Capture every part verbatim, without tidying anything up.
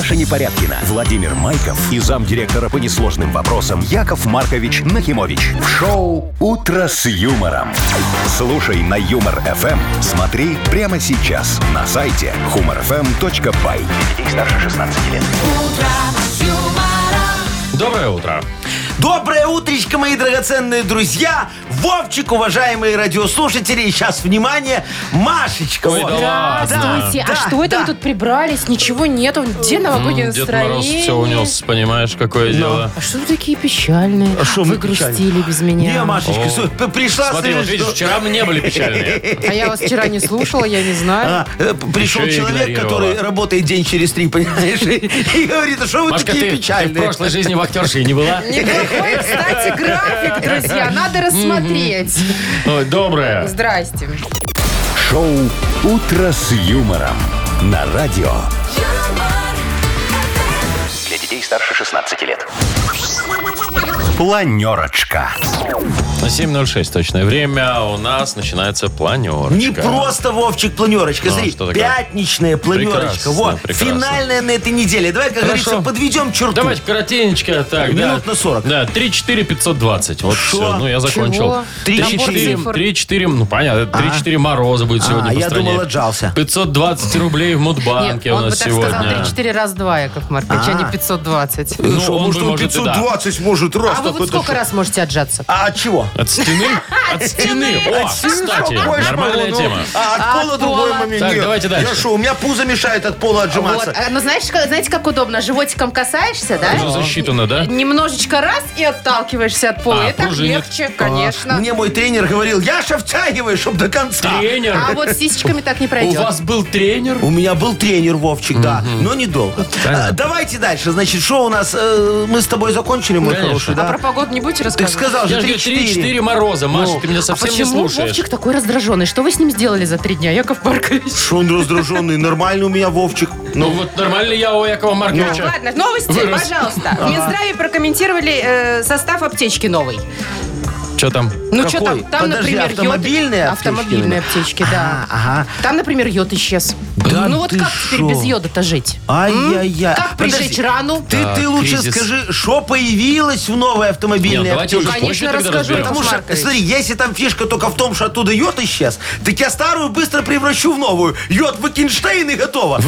Маша Непорядкина, Владимир Майков и замдиректора по несложным вопросам Яков Маркович Нахимович. В шоу «Утро с юмором». Слушай на Юмор-ФМ. Смотри прямо сейчас на сайте humor f m точка by. Для детей старше шестнадцати лет. Доброе утро. Доброе утречко, мои драгоценные друзья. Вовчик, уважаемые радиослушатели. И сейчас, внимание, Машечка. Ой, вот. да ладно. Здравствуйте. Да, а что это да. вы тут прибрались? Ничего нету. Где новогоднее М, Дед Мороз настроение? все унес, понимаешь, какое дело. А что вы такие печальные? А шо мы вы грустили без меня. Не, Машечка, О. слушай, п- пришла... Смотри, вот слышишь, видишь, что- вчера мы не были печальные. А я вас вчера не слушала, я не знаю. А, э, пришел Еще и человек, игнорировала. который работает день через три, понимаешь? И говорит, а что вы Машка, такие ты, ты в печальные? прошлой жизни в актершей не была? Неплохой, кстати, график, друзья. Надо рассмотреть. Ой, доброе. Здрасте. Шоу «Утро с юмором» на радио. Для детей старше шестнадцати лет. Планерочка. На семь ноль шесть точное время у нас начинается планерочка. Не просто, Вовчик, планерочка. Ну, Смотри, что такое? пятничная планерочка. Прекрасно, Вот, прекрасно. финальная на этой неделе. Давай, как Хорошо. говорится, подведем черту. Давайте коротенечко. Так, Минут да. на сорок. Да, три четыре пятьсот двадцать. Вот Шо? все, ну я закончил. Чего? Три три четыре. четыре, Цифр. три четыре, ну понятно, три четыре мороза будет сегодня А, по я стране. думал, отжался. пятьсот двадцать рублей в Мудбанке Нет, у он бы нас так сказал сегодня. три-четыре раза два, Яков Маркович, а, А. не пятьсот двадцать. Ну, Что, он может, бы, он может, и да. пятьсот двадцать может раз. А вы вот сколько раз можете отжаться? А от чего? От стены? От стены. О, кстати, Какой ж нормальная могу, ну, тема. А от А пола от другой пола? момент. Так, Нет. давайте дальше. Я что, у меня пузо мешает от пола отжиматься. Вот. А, ну, знаешь, как- знаете, как удобно? Животиком касаешься, да? Уже засчитано, да? Немножечко раз и отталкиваешься от пола. А, и так пружинит. легче, конечно. Мне мой тренер говорил, Яша, втягивай, чтоб до конца. Тренер. А вот с сисечками так не У пройдет. вас был тренер? У меня был тренер, Вовчик, да, но недолго. Понятно. А, давайте дальше. Значит, что у нас? э, мы с тобой закончили, мой Конечно. хороший, А да? про погоду не будете Ты рассказывать? сказал же Я же говорю, три-четыре. три-четыре мороза. Маша, ты меня А совсем не почему слушаешь. Вовчик такой раздраженный? Что вы с ним сделали за три дня, Яков Маркович? Что он раздраженный? Нормальный у меня Вовчик. Ну вот нормально я у Якова Марковича. Ладно, новости, Вырос. пожалуйста. В Минздраве прокомментировали э, состав аптечки новой. Что там? Ну что там? Какой? Там, Подожди, например, автомобильные йод... аптечки, Автомобильные наверное? аптечки, да. А, ага. Там, например, йод исчез. Да ну вот ты как теперь шо? без йода-то жить? Ай-яй-яй. Как Подожди. прижечь рану? Ты, Да, ты лучше кризис. скажи, что появилось в новой автомобильной Нет, давайте уже аптечке? позже Конечно, тогда расскажу. разберем. Потому Яков что, Маркович. смотри, если там фишка только в том, что оттуда йод исчез, так я старую быстро превращу в новую. Йод Вакенштейн и готово.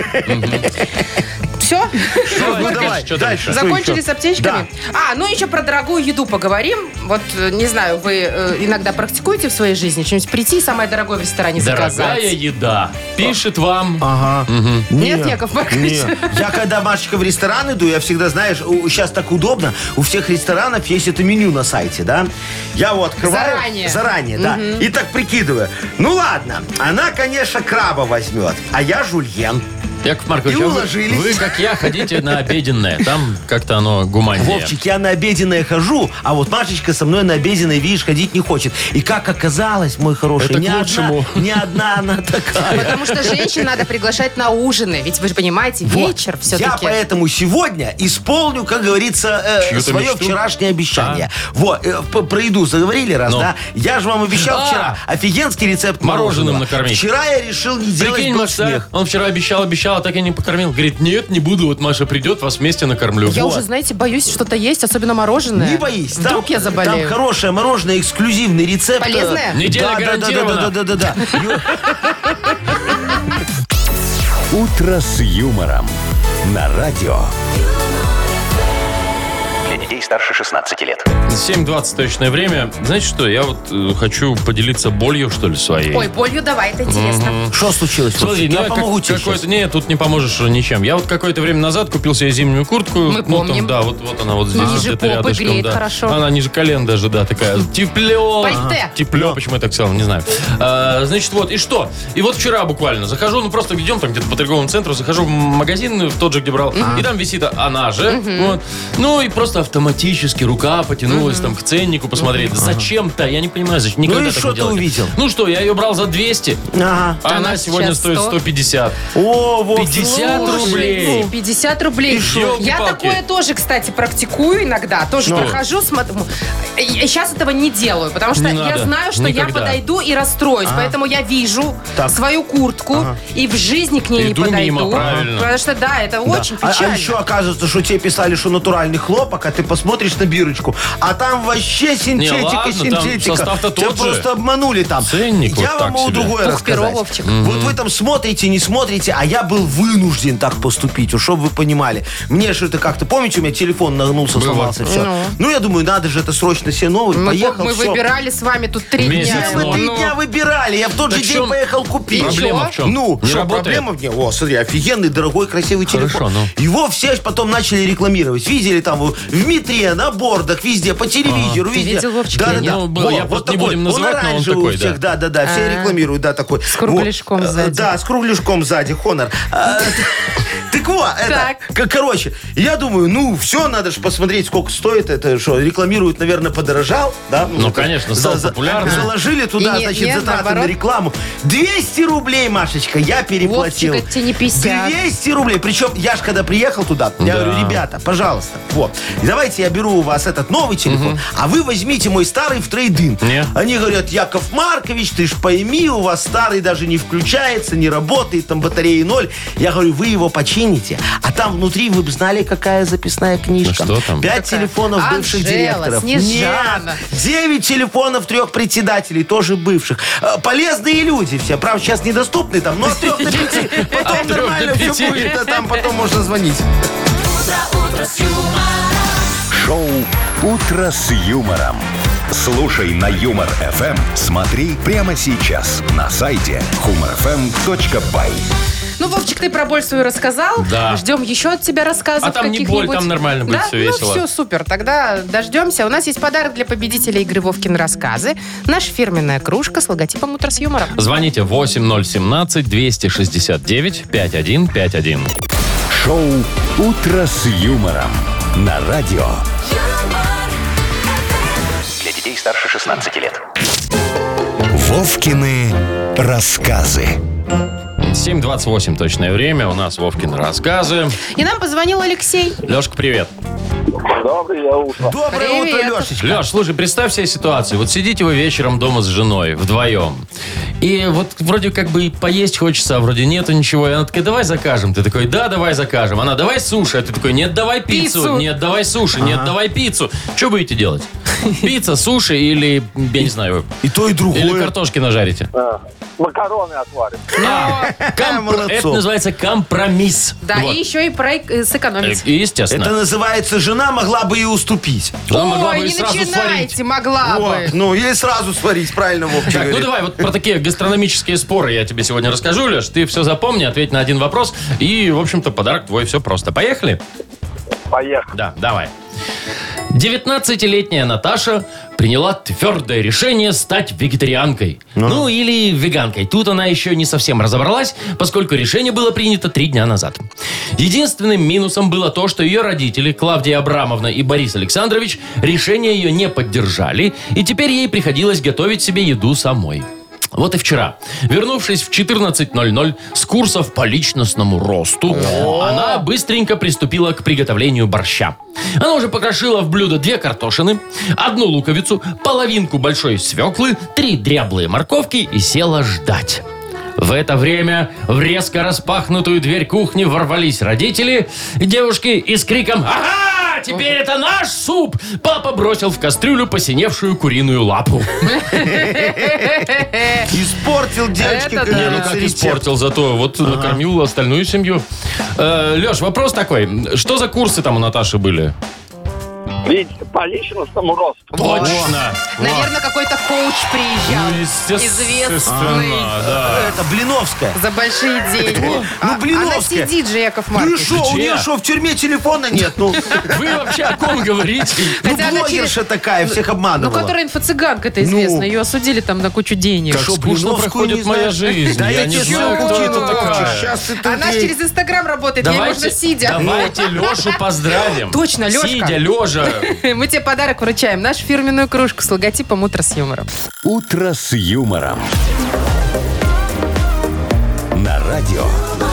Все? Ну, давай, Что дальше. там Что Закончили еще? с аптечками? А, ну еще про дорогую еду поговорим. Вот, э, не знаю, вы э, иногда практикуете в своей жизни что-нибудь прийти, самое дорогое в ресторане заказать? Дорогая еда. Пишет вам. Ага. Нет, Яков Маркович? Не. Я когда, Машечка, в ресторан иду, я всегда, знаешь, сейчас так удобно, у всех ресторанов есть это меню на сайте, да? Я вот открываю... Заранее. Заранее, да. И так прикидываю. Ну ладно, она, конечно, краба возьмет, а я жульен. Яков Маркович, И а вы, уложились. вы, как я, ходите на обеденное. Там как-то оно гуманнее. Вовчик, я на обеденное хожу, а вот Машечка со мной на обеденное, видишь, ходить не хочет. И как оказалось, мой хороший, Это к ни, одна, лучшему. ни одна она такая. Потому что женщин надо приглашать на ужины. Ведь вы же понимаете, Вот. вечер Я все-таки. поэтому сегодня исполню, как говорится, э, Чью-то свое мечту? вчерашнее обещание. Вот, э, п- про еду заговорили раз, Ну. да? Я же вам обещал А. вчера офигенский рецепт Мороженым мороженого. накормить. Вчера я решил не делать Прикинь, был Маша, смех. он вчера обещал, обещал, а так и не покормил. Говорит, нет, не буду. Вот Маша придет, вас вместе накормлю. Я Вот. уже, знаете, боюсь что-то есть, особенно мороженое. Не боись. Там, Вдруг я там заболею. хорошее мороженое, эксклюзивный рецепт. Полезное? Неделя Да, да, да, гарантирована. да, да, да, да, да. Ё- «Утро с юмором» на радио. Для детей старше шестнадцати лет. семь двадцать точное время. Знаете что, я вот э, хочу поделиться болью, что ли, своей. Ой, болью давай, это интересно. Что случилось? Смотри, Вовчик? ну, я как- помогу тебе какое-то- сейчас. Не, тут не поможешь ничем. Я вот какое-то время назад купил себе зимнюю куртку. Мы Ну, там, помним. да, вот, вот она вот здесь. Ниже где-то попы, рядышком, греет да. хорошо. Она ниже колен даже, да, такая. Тепло. Пальте. Тепло, почему я так сказал, не знаю. А, значит, вот, и что? И вот вчера буквально захожу, ну просто идем там где-то по торговому центру, захожу в магазин, в тот же, где брал, и там висит она же. Вот. Ну и просто автомобиль автоматически рука потянулась там к ценнику посмотреть. Зачем-то? Я не понимаю, зачем. Никогда Ну и так что не ты делали. увидел? Ну что, я ее брал за двести, Ага. а она она сегодня сейчас стоит сто. сто пятьдесят. О, вот. пятьдесят слушай. рублей. пятьдесят рублей. И шо? Я Ёлки-палки. такое тоже, кстати, практикую иногда. Тоже Что? прохожу, смотрю. Сейчас этого не делаю, потому что Не я надо. знаю, что я Никогда. подойду и расстроюсь. Поэтому я вижу Так. свою куртку и в жизни к ней Иду не подойду. мимо, правильно. Потому что, да, это Да. очень А, печально. а еще оказывается, что тебе писали, что натуральный хлопок, а ты посмотришь на бирочку, а там вообще синтетика, ладно, там синтетика. состав-то Тебя тот же. просто обманули там. Ценник Я вот вам так могу себе. другое Ух ты, рассказать. Вовчик. Вот вы там смотрите, не смотрите, а я был вынужден так поступить, уж чтобы вы понимали. Мне же это как-то, помните, у меня телефон нагнулся, Было. сломался, все. Ну. Ну, я думаю, надо же это срочно себе новый, Мы, поехал, мы все. выбирали с вами тут три Месяц, дня. Вы ну. три дня выбирали, я в тот Так же в день чем поехал купить. проблема в чем? Ну, Не что, работает? проблема в ней? О, смотри, офигенный, дорогой, красивый Хорошо, телефон. ну. Его все ж потом начали рекламировать. Видели там в метре, на бордах, везде, по телевизору, Ты везде. видел, Вовчик, Да, я да, да. Ну, было, я просто не такой. будем называть, но он оранжевый такой, у всех, да, да, да, все А. рекламируют, да, такой. С кругляшком Вот. сзади. Да, с кругляшком сзади, Honor. А, Так вот, это, Так. к- короче, я думаю, ну, все, надо же посмотреть, сколько стоит. Это что, рекламируют, наверное, подорожал, да? Ну, это конечно, стал популярным. Заложили туда, И не- значит, нет, затраты наоборот. на рекламу. двести рублей, Машечка, я переплатил. Вовчик, это тебе не пятьдесят. двести рублей. Причем я ж когда приехал туда, я Да. говорю, ребята, пожалуйста, вот, давайте я беру у вас этот новый телефон, а вы возьмите мой старый в трейд-ин. Не. Они говорят, Яков Маркович, ты ж пойми, у вас старый даже не включается, не работает, там батареи ноль. Я говорю, вы его почините, а там внутри вы бы знали, какая записная книжка. Ну, что там? Пять Какая? телефонов бывших Анжела, директоров. Снежана. Нет, девять телефонов трех председателей, тоже бывших. Э, Полезные люди все. Правда, сейчас недоступны там, но от трех до пяти. Потом От трех до нормально все пяти. будет, а там потом можно звонить. Шоу «Утро с юмором». Слушай на Юмор эф эм. Смотри прямо сейчас на сайте humor f m точка by. Ну, Вовчик, ты про боль свою рассказал. Да. Ждем еще от тебя рассказов А там не каких-нибудь. боль, там нормально будет, Да? всё ну, весело. все, супер. Тогда дождемся. У нас есть подарок для победителей игры «Вовкины рассказы». Наша фирменная кружка с логотипом «Утро с юмором». Звоните восемь ноль семнадцать двести шестьдесят девять пятьдесят один пятьдесят один. Шоу «Утро с юмором» на радио. Для детей старше шестнадцати лет. Вовкины рассказы. семь двадцать восемь точное время. У нас Вовкины рассказы. И нам позвонил Алексей. Лешка, привет. Доброе утро. Доброе Привет. утро, Лешечка. Леш, слушай, представь себе ситуацию. Вот сидите вы вечером дома с женой вдвоем. И вот вроде как бы и поесть хочется, а вроде нету ничего. И она такая, давай закажем. Ты такой, да, давай закажем. Она, давай суши. А ты такой, нет, давай пиццу. Пиццу. Нет, давай суши. Нет, давай пиццу. Что будете делать? Пицца, суши или, я не знаю, И то, и или другое. картошки нажарите? А, макароны отварим. А, ком- Молодцов. это называется компромисс. Да, Вот. и еще и про э, сэкономить. И, естественно. Это называется, жена могла бы и уступить. Она могла Ой, бы и не сразу начинайте, сварить. могла Во, бы. ну, или сразу сварить, правильно, Вовчик Так, ну говорит. давай вот про такие гастрономические споры я тебе сегодня расскажу, Леш. Ты все запомни, ответь на один вопрос. И, в общем-то, подарок твой. Все просто. Поехали? Поехали. Да, давай. девятнадцатилетняя Наташа приняла твердое решение стать вегетарианкой. Ну, или веганкой. Тут она еще не совсем разобралась, поскольку решение было принято три дня назад. Единственным минусом было то, что ее родители, Клавдия Абрамовна и Борис Александрович, решение ее не поддержали, и теперь ей приходилось готовить себе еду самой. Вот и вчера, вернувшись в четырнадцать ноль ноль с курсов по личностному росту, она быстренько приступила к приготовлению борща. Она уже покрошила в блюдо две картошины, одну луковицу, половинку большой свеклы, три дряблые морковки и села ждать. В это время в резко распахнутую дверь кухни ворвались родители, девушки и с криком «Ага! Теперь это наш суп!» папа бросил в кастрюлю посиневшую куриную лапу. Испортил девочке, Это как да. Не, ну говорится, как рецепт. испортил, зато вот накормил остальную семью. Э, Леш, вопрос такой. Что за курсы там у Наташи были? Видите, по личностному росту. Точно. Наверное, какой-то коуч приезжал. Ну, естественно, Известный. да. Это Блиновская. За большие деньги. А- Ну, Блиновская. Она сидит же, Яков Ну и Маркович. что, у Где? нее что, в тюрьме телефона нет? Ну, Вы вообще о ком говорите? ну Хотя она блогерша через- такая, всех Ну, обманывала. которая инфо-цыганка-то известна. Ее осудили там на кучу денег. Как Шо, скучно Блиновскую проходит не моя знаешь? жизнь. Да Я я не тебе знаю, ссылку кто кину, это Вовчик, такая. щас ты тут Она ей- через Инстаграм работает, ей можно Давайте, сидя. давайте Лешу поздравим. Точно, Лешка. Сидя, лежа. Мы тебе подарок вручаем. Нашу фирменную кружку с логотипом «Утро с юмором». «Утро с юмором». На радио.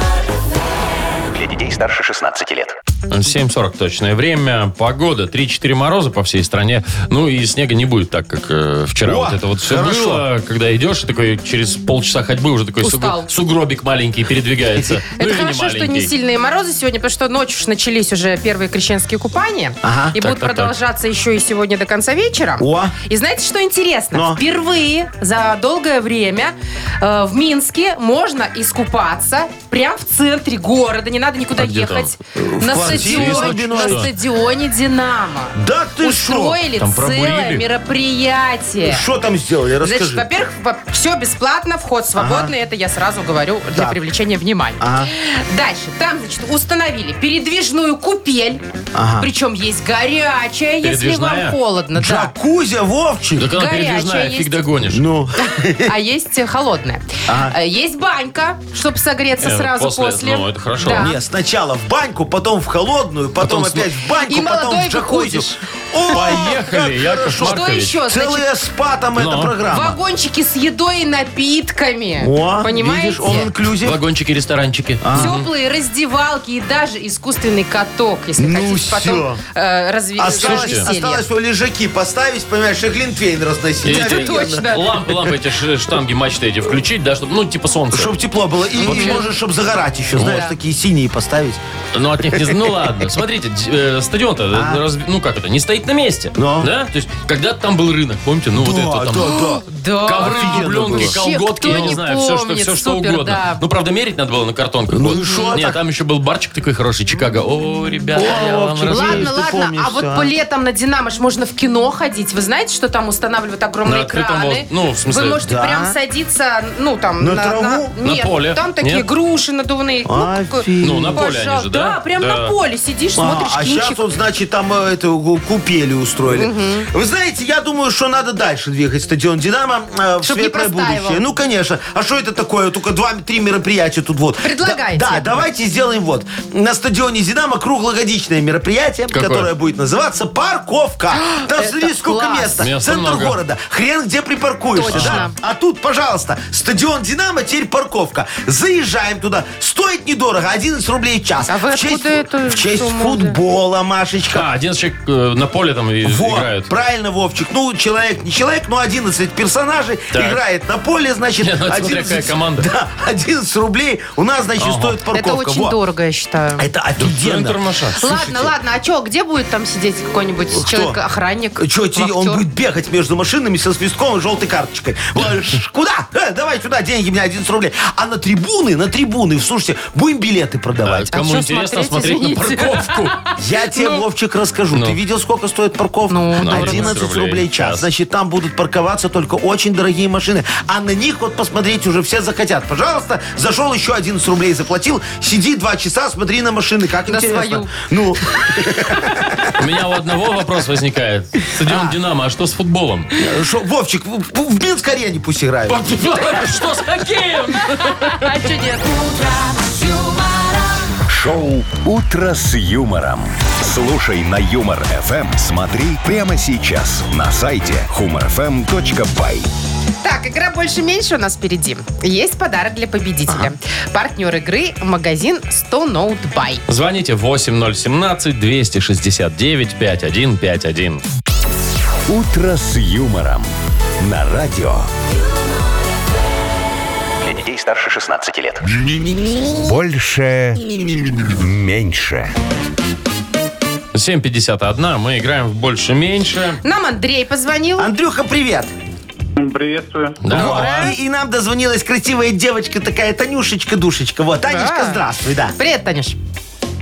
Для детей старше шестнадцати лет. семь сорок точное время. Погода. три-четыре мороза по всей стране. Ну и снега не будет так, как э, вчера. О, вот это вот все хорошо. было. Когда идешь, и такой через полчаса ходьбы уже такой Устал. сугро- сугробик маленький передвигается. Ну Это или не хорошо, что не маленький. сильные морозы сегодня, потому что ночью уж начались уже первые крещенские купания. Ага. И Так, будут так, продолжаться еще и сегодня до конца вечера. О. И знаете, что интересно? Но. Впервые за долгое время э, в Минске можно искупаться прямо в центре города. Не надо никуда А где там? ехать. На квартире стадионе, на Что? стадионе «Динамо». Да ты что? Устроили Там целое пробурили? мероприятие. Что там сделали? Значит, Расскажи. во-первых, все бесплатно, вход свободный, это я сразу говорю для Так. привлечения внимания. Ага. Дальше, там, значит, установили передвижную купель, Ага. причем есть горячая, если Передвижная? вам холодно, да. Джакузи, Вовчик. Так она Горячая передвижная, есть. фиг догонишь. Ну, А есть э, холодная. Ага. Э, Есть банька, чтобы согреться Э, сразу после, после. ну, это хорошо. Да. не, сначала в баньку, потом в холодную, потом, Потом опять в баньку, И потом молодой в джакузи. выходишь. О, Поехали, как Яков хорошо. Что Маркович. еще? Значит, Целая спа там эта Но. программа. вагончики с едой и напитками. О, Понимаете? видишь, он инклюзив. Вагончики, ресторанчики. Теплые раздевалки и даже искусственный каток, если Ну хотите потом всё. э, разве- Осталось, веселье. осталось по лежаки поставить, понимаешь, и глинтвейн разносить. Эти- Офигенно. точно. Лампы, лампы, эти ш- штанги, мачты эти включить, да, чтобы, ну, типа солнце. Чтоб тепло было. И, и можешь, чтобы загорать еще, знаешь, Да. такие синие поставить. Ну, от них не знаю. Ну, ладно. Смотрите, д- э, стадион-то, А? раз- ну, как это, не стоит на месте. Но. Да? То есть, когда-то там был рынок, помните? Ну, вот Да, это там... да, да. Да. Ковры, Офигенно дубленки, было. Вообще, колготки, кто я не не знаю, все, что, помнит, все, что супер, угодно. да. Ну, правда, мерить надо было на картонках. Ну Вот. и шо Нет, так? там еще был барчик такой хороший, Чикаго. О, ребята, я вам Вовчик, расскажу. Ладно, ты ладно, помнишь а вот всё, по а? летом на «Динамо» ж можно в кино ходить. Вы знаете, что там устанавливают огромные На открытом экраны? воз- ну, в смысле- Вы можете Да. прям садиться, ну, там... На траву? На Нет, поле? там такие Нет? груши надувные. Ну, как- Офигеть. Ну, на поле они пожалуйста. же, да? Да, прям Да. на поле сидишь, смотришь А, а кинчик. сейчас вот, значит, там э, эту ку- купели устроили. Вы знаете, я думаю, что надо дальше двигать стадион «Динамо» э, в Чтоб не светлое простаивал. будущее. Ну, конечно. А что это такое? Только два-три мероприятия тут вот. Предлагайте. Да, да, давайте сделаем вот. На стадионе «Динамо» круглогодичное мероприятие, Какое? которое будет называться «Парковка». Там, Это смотри, сколько класс. места. Места Центр много. города. Хрен где припаркуешься. Точно. Да? А тут, пожалуйста, стадион «Динамо», теперь парковка. Заезжаем туда. Стоит недорого, одиннадцать рублей в час. А вы в честь, откуда эту в честь сумму футбола, Машечка. А, один человек э, на поле там и Вот, играют. правильно, Вовчик. Ну, человек не человек, но одиннадцать персонажей Так. играет на поле, значит, Не, ну, это смотря какая команда. Да, одиннадцать рублей у нас, значит, Ага. стоит парковка. Это очень Во. дорого, я считаю. Это Центр офигенно. Маша. Ладно, ладно, а что, где будет там сидеть какой-нибудь Кто? человек-охранник? Че, он вахтер? будет бегать между машинами со свистком и желтой карточкой. Вот, ш- Куда? Э, давай сюда, деньги, мне одиннадцать рублей. А на трибуны, на трибуны, слушайте, будем билеты А, продавать. Кому что интересно смотреть, смотреть на извините? парковку. Я тебе, Вовчик, расскажу. Ну. Ты видел, сколько стоит парковка? Ну, одиннадцать рублей рублей в час. час. Значит, там будут парковаться только очень дорогие машины. А на них вот посмотреть уже все захотят. Пожалуйста, зашел, еще одиннадцать рублей заплатил. Сиди два часа, смотри на машины. Как На интересно. свою. Ну, У меня у одного вопрос возникает. Стадион «Динамо», а что с футболом? шо, Вовчик, в, в Минск-арене пусть играют. Что с хоккеем? А что нет? Шоу «Утро с юмором». Слушай на Юмор эф эм. Смотри прямо сейчас на сайте humor f m точка by. Так, игра «Больше-меньше» у нас впереди. Есть подарок для победителя. Партнер игры – магазин сто ноут бай. Звоните восемь ноль семнадцать двести шестьдесят девять пятьдесят один пятьдесят один. «Утро с юмором» на радио. Для детей старше шестнадцати лет. Больше. Меньше. семь пятьдесят один. Мы играем в «Больше-меньше». Нам Андрей позвонил. Андрюха, привет. Приветствую. Давай. И, и нам дозвонилась красивая девочка такая, Танюшечка-душечка. Вот, Танечка, Да. здравствуй, да. Привет, Танюш.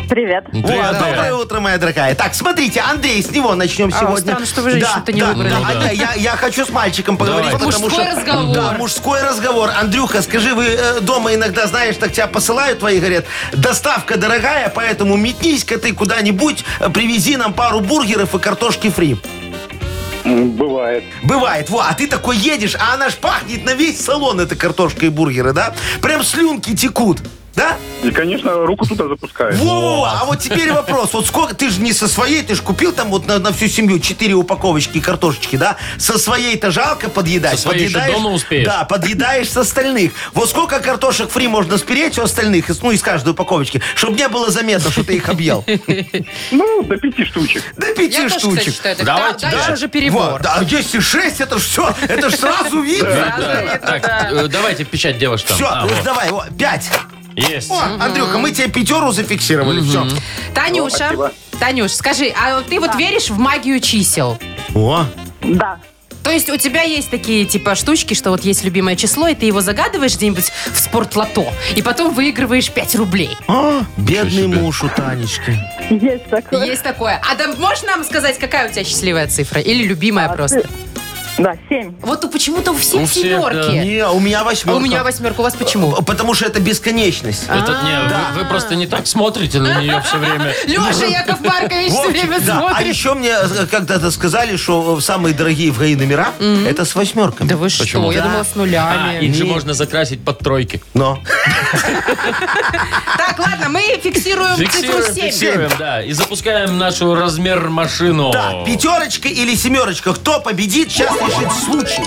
Привет. Во, Привет, доброе привет. утро, моя дорогая. Так, смотрите, Андрей, с него начнем А, сегодня. странно, что вы женщину-то не да, выбрали. да, Ну, а да. я, я хочу с мальчиком поговорить. Давайте. потому Мужской что- разговор. Да, мужской разговор. Андрюха, скажи, вы э, дома иногда, знаешь, так тебя посылают твои, говорят, доставка дорогая, поэтому метнись-ка ты куда-нибудь, э, привези нам пару бургеров и картошки фри. М, Бывает. Бывает, во, а ты такой едешь, а она ж пахнет на весь салон, эта картошка и бургеры, да? Прям слюнки текут, да? И, конечно, руку туда запускает. Во, а вот теперь вопрос. Вот сколько, ты же не со своей, ты же купил там вот на, на всю семью четыре упаковочки картошечки, да? Со своей-то жалко подъедать. Со своей еще Подъедаешь- дома успеешь. Да, подъедаешь с остальных. Вот сколько картошек фри можно спереть у остальных, из- ну, из каждой упаковочки, чтобы не было заметно, что ты их объел. Ну, до пяти штучек. До Я пяти тоже, кстати, штучек. считаю, это Давайте, да, дальше да. уже Вот, перебор. да, если шесть, это ж все, это ж сразу видно. Да, так, э, давайте печать девушек там. Все, А, вот. давай, вот, пять. Есть. О, Андрюха, мы тебе пятеру зафиксировали, все. Танюша, Спасибо. Танюш, скажи, а ты вот веришь в магию чисел? О, Да. То есть у тебя есть такие типа штучки, что вот есть любимое число, и ты его загадываешь где-нибудь в спортлото, и потом выигрываешь пять рублей. а, бедный себе. муж у Танечки. Есть такое. Есть такое. А да, можешь нам сказать, какая у тебя счастливая цифра? Или любимая просто? Да, семь. Вот ну, почему-то у всех У всех, семерки. Не, у меня А восьмерка. у меня восьмерка. У вас почему? Потому что это бесконечность. Это, не, Да. вы, вы просто не так смотрите на нее все время. Леша Яков Маркович все Вовчик, время да. А смотрит. еще мне э, когда-то сказали, что самые дорогие в ГАИ номера это с восьмерками. Да вы Почему? что? Я Да. думала с А, нулями. их же можно закрасить под тройки. Но. Так, ладно, мы фиксируем цифру Фиксируем, семь. фиксируем, да. И запускаем нашу размер машину. Да, пятерочка или семерочка. Кто победит, сейчас решит случай.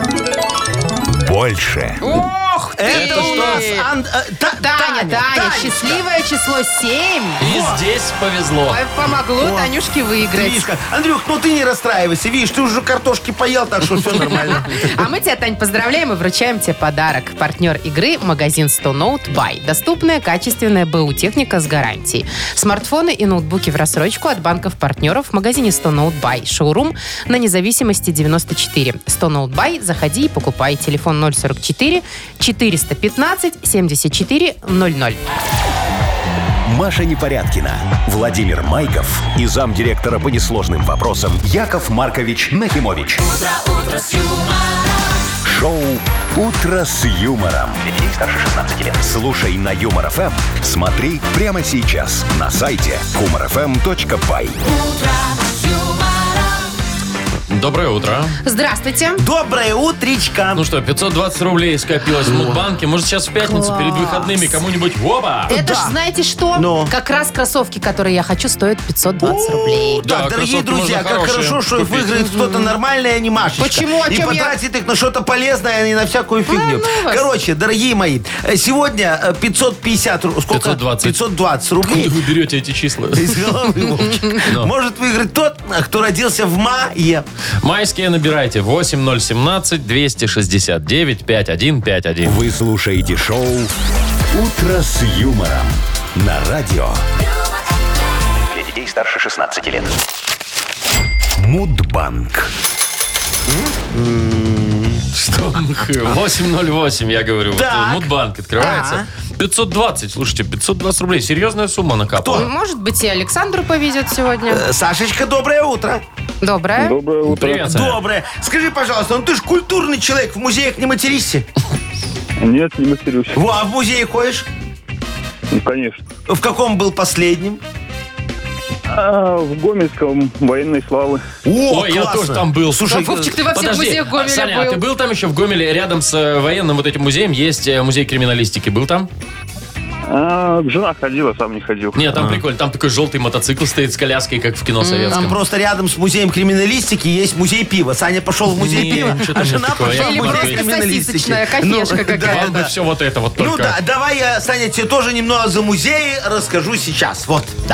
Больше. Ох ты! Это у нас Ан- э, Та- Таня, Таня, Танечка. счастливое число семь. И здесь повезло. Ой, помогло Танюшке Ты выиграть. видишь, как- Андрюх, ну ты не расстраивайся. Видишь, ты уже картошки поел, так что все нормально. А мы тебя, Тань, поздравляем и вручаем тебе подарок. Партнер игры – магазин сто ноут бай. Доступная, качественная БУ техника с гарантией. Смартфоны и ноутбуки в рассрочку от банков-партнеров в магазине сто ноут бай. Шоурум на Независимости девяносто четыре. сто ноут бай. Заходи и покупай. Телефон ноль сорок четыре четыреста пятнадцать семьдесят четыре ноль ноль. Маша Непорядкина, Владимир Майков и замдиректора по несложным вопросам Яков Маркович Нахимович. Шоу «Утро с юмором». Для детей старше шестнадцати лет. Слушай на Юмор ФМ. Смотри прямо сейчас на сайте humor f m точка by. Доброе утро. Здравствуйте. Доброе утречко. Ну что, пятьсот двадцать рублей скопилось в Мудбанке. Может, сейчас в пятницу перед выходными кому-нибудь оба? Это ж Да. знаете что? Но. Как раз кроссовки, которые я хочу, стоят пятьсот двадцать рублей. Да, Так, дорогие кроссовки друзья, можно как хорошие хорошо, что их купить. выиграет кто-то нормальное, а не Машечка. Почему? О И чем я? потратит их на что-то полезное, а не на всякую фигню. ну вас. Короче, дорогие мои, э, сегодня э, пятьсот пятьдесят ру- сколько? пятьсот двадцать. пятьсот двадцать Откуда рублей. вы берете эти числа? Из головы, Вовчик. Ну. Может выиграть тот, кто родился в мае. Майские набирайте восемь ноль семнадцать двести шестьдесят девять пятьдесят один пятьдесят один. Вы слушаете шоу «Утро с юмором» на радио. Для детей старше шестнадцати лет. Мудбанк. Что? восемь ноль восемь, я говорю. Вот, Так. э, Мудбанк открывается. пятьсот двадцать, слушайте, пятьсот двадцать рублей. Серьезная сумма накапала. Может быть, и Александру повезет сегодня. Э, Сашечка, доброе утро. Доброе. Доброе утро. Привет, Саня. Доброе. Скажи, пожалуйста, ну ты ж культурный человек, в музеях не материшься? Нет, не матерюсь. Во, а в музей ходишь? Ну, конечно. В каком был последнем? А, в Гомельском военной славы. О, Ой, я классно. тоже там был. Слушай, Вовчик, ты во всех Подожди, музеях Гомеля Саня, был. а ты был там еще в Гомеле, рядом с э, военным вот этим музеем, есть э, музей криминалистики. Был там? А, жена ходила, сам не ходил. Нет, там прикольно. Там такой желтый мотоцикл стоит с коляской, как в кино советском. Там просто рядом с музеем криминалистики есть музей пива. Саня пошел в музей Не, пива, что там а нет жена такого, пошла я в не музей могу. Просто криминалистики. сосисочная кафешка Ну, какая-то. Вам бы все вот это вот Ну только. да, давай я, Саня, тебе тоже немного за музей расскажу сейчас. Вот, да.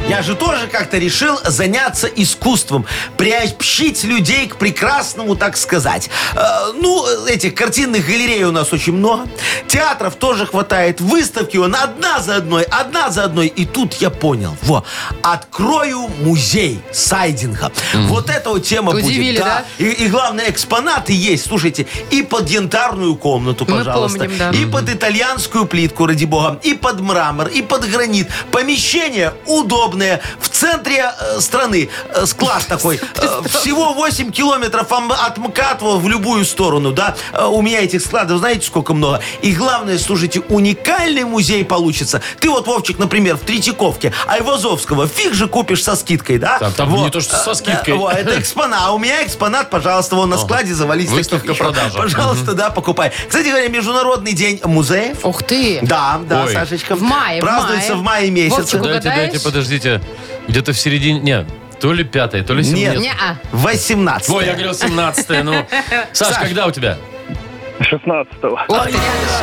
Я же тоже как-то решил заняться искусством. Приобщить людей к прекрасному, так сказать. Э, ну, этих картинных галерей у нас очень много. Театров тоже хватает. Выставки он одна за одной, одна за одной. И тут я понял. Во, открою музей сайдинга. Mm. Вот эта вот тема Удивили, будет. да? И, и главное, экспонаты есть. Слушайте, и под янтарную комнату, Мы пожалуйста. помним, да. И под итальянскую плитку, ради бога. И под мрамор, и под гранит. Помещение удобное. В центре э, страны. Э, склад такой. Э, всего восемь километров от МКАД в любую сторону, да. Э, у меня этих складов, знаете, сколько много. И главное, слушайте, уникальный музей получится. Ты вот, Вовчик, например, в Третьяковке, Айвазовского фиг же купишь со скидкой, да? Там, там Вот. не то, что со скидкой. Э, э, вот, это экспонат. А у меня экспонат, пожалуйста, вон на складе завались. Выставка таких еще. продажа. Пожалуйста, да, покупай. Кстати говоря, Международный день музеев. Ух ты. Да, да, Ой. Сашечка. В мае, в Празднуется мае. в мае месяце. Вовчик, Дайте, угадаешь? дайте, подождите. Где-то в середине... Нет, то ли пятое, то ли Нет. семнадцатое. Не-а. восемнадцать. Ой, я говорил семнадцатое. Ну, Саш, Саш. когда у тебя? шестнадцатого. Ух ты, рядышком.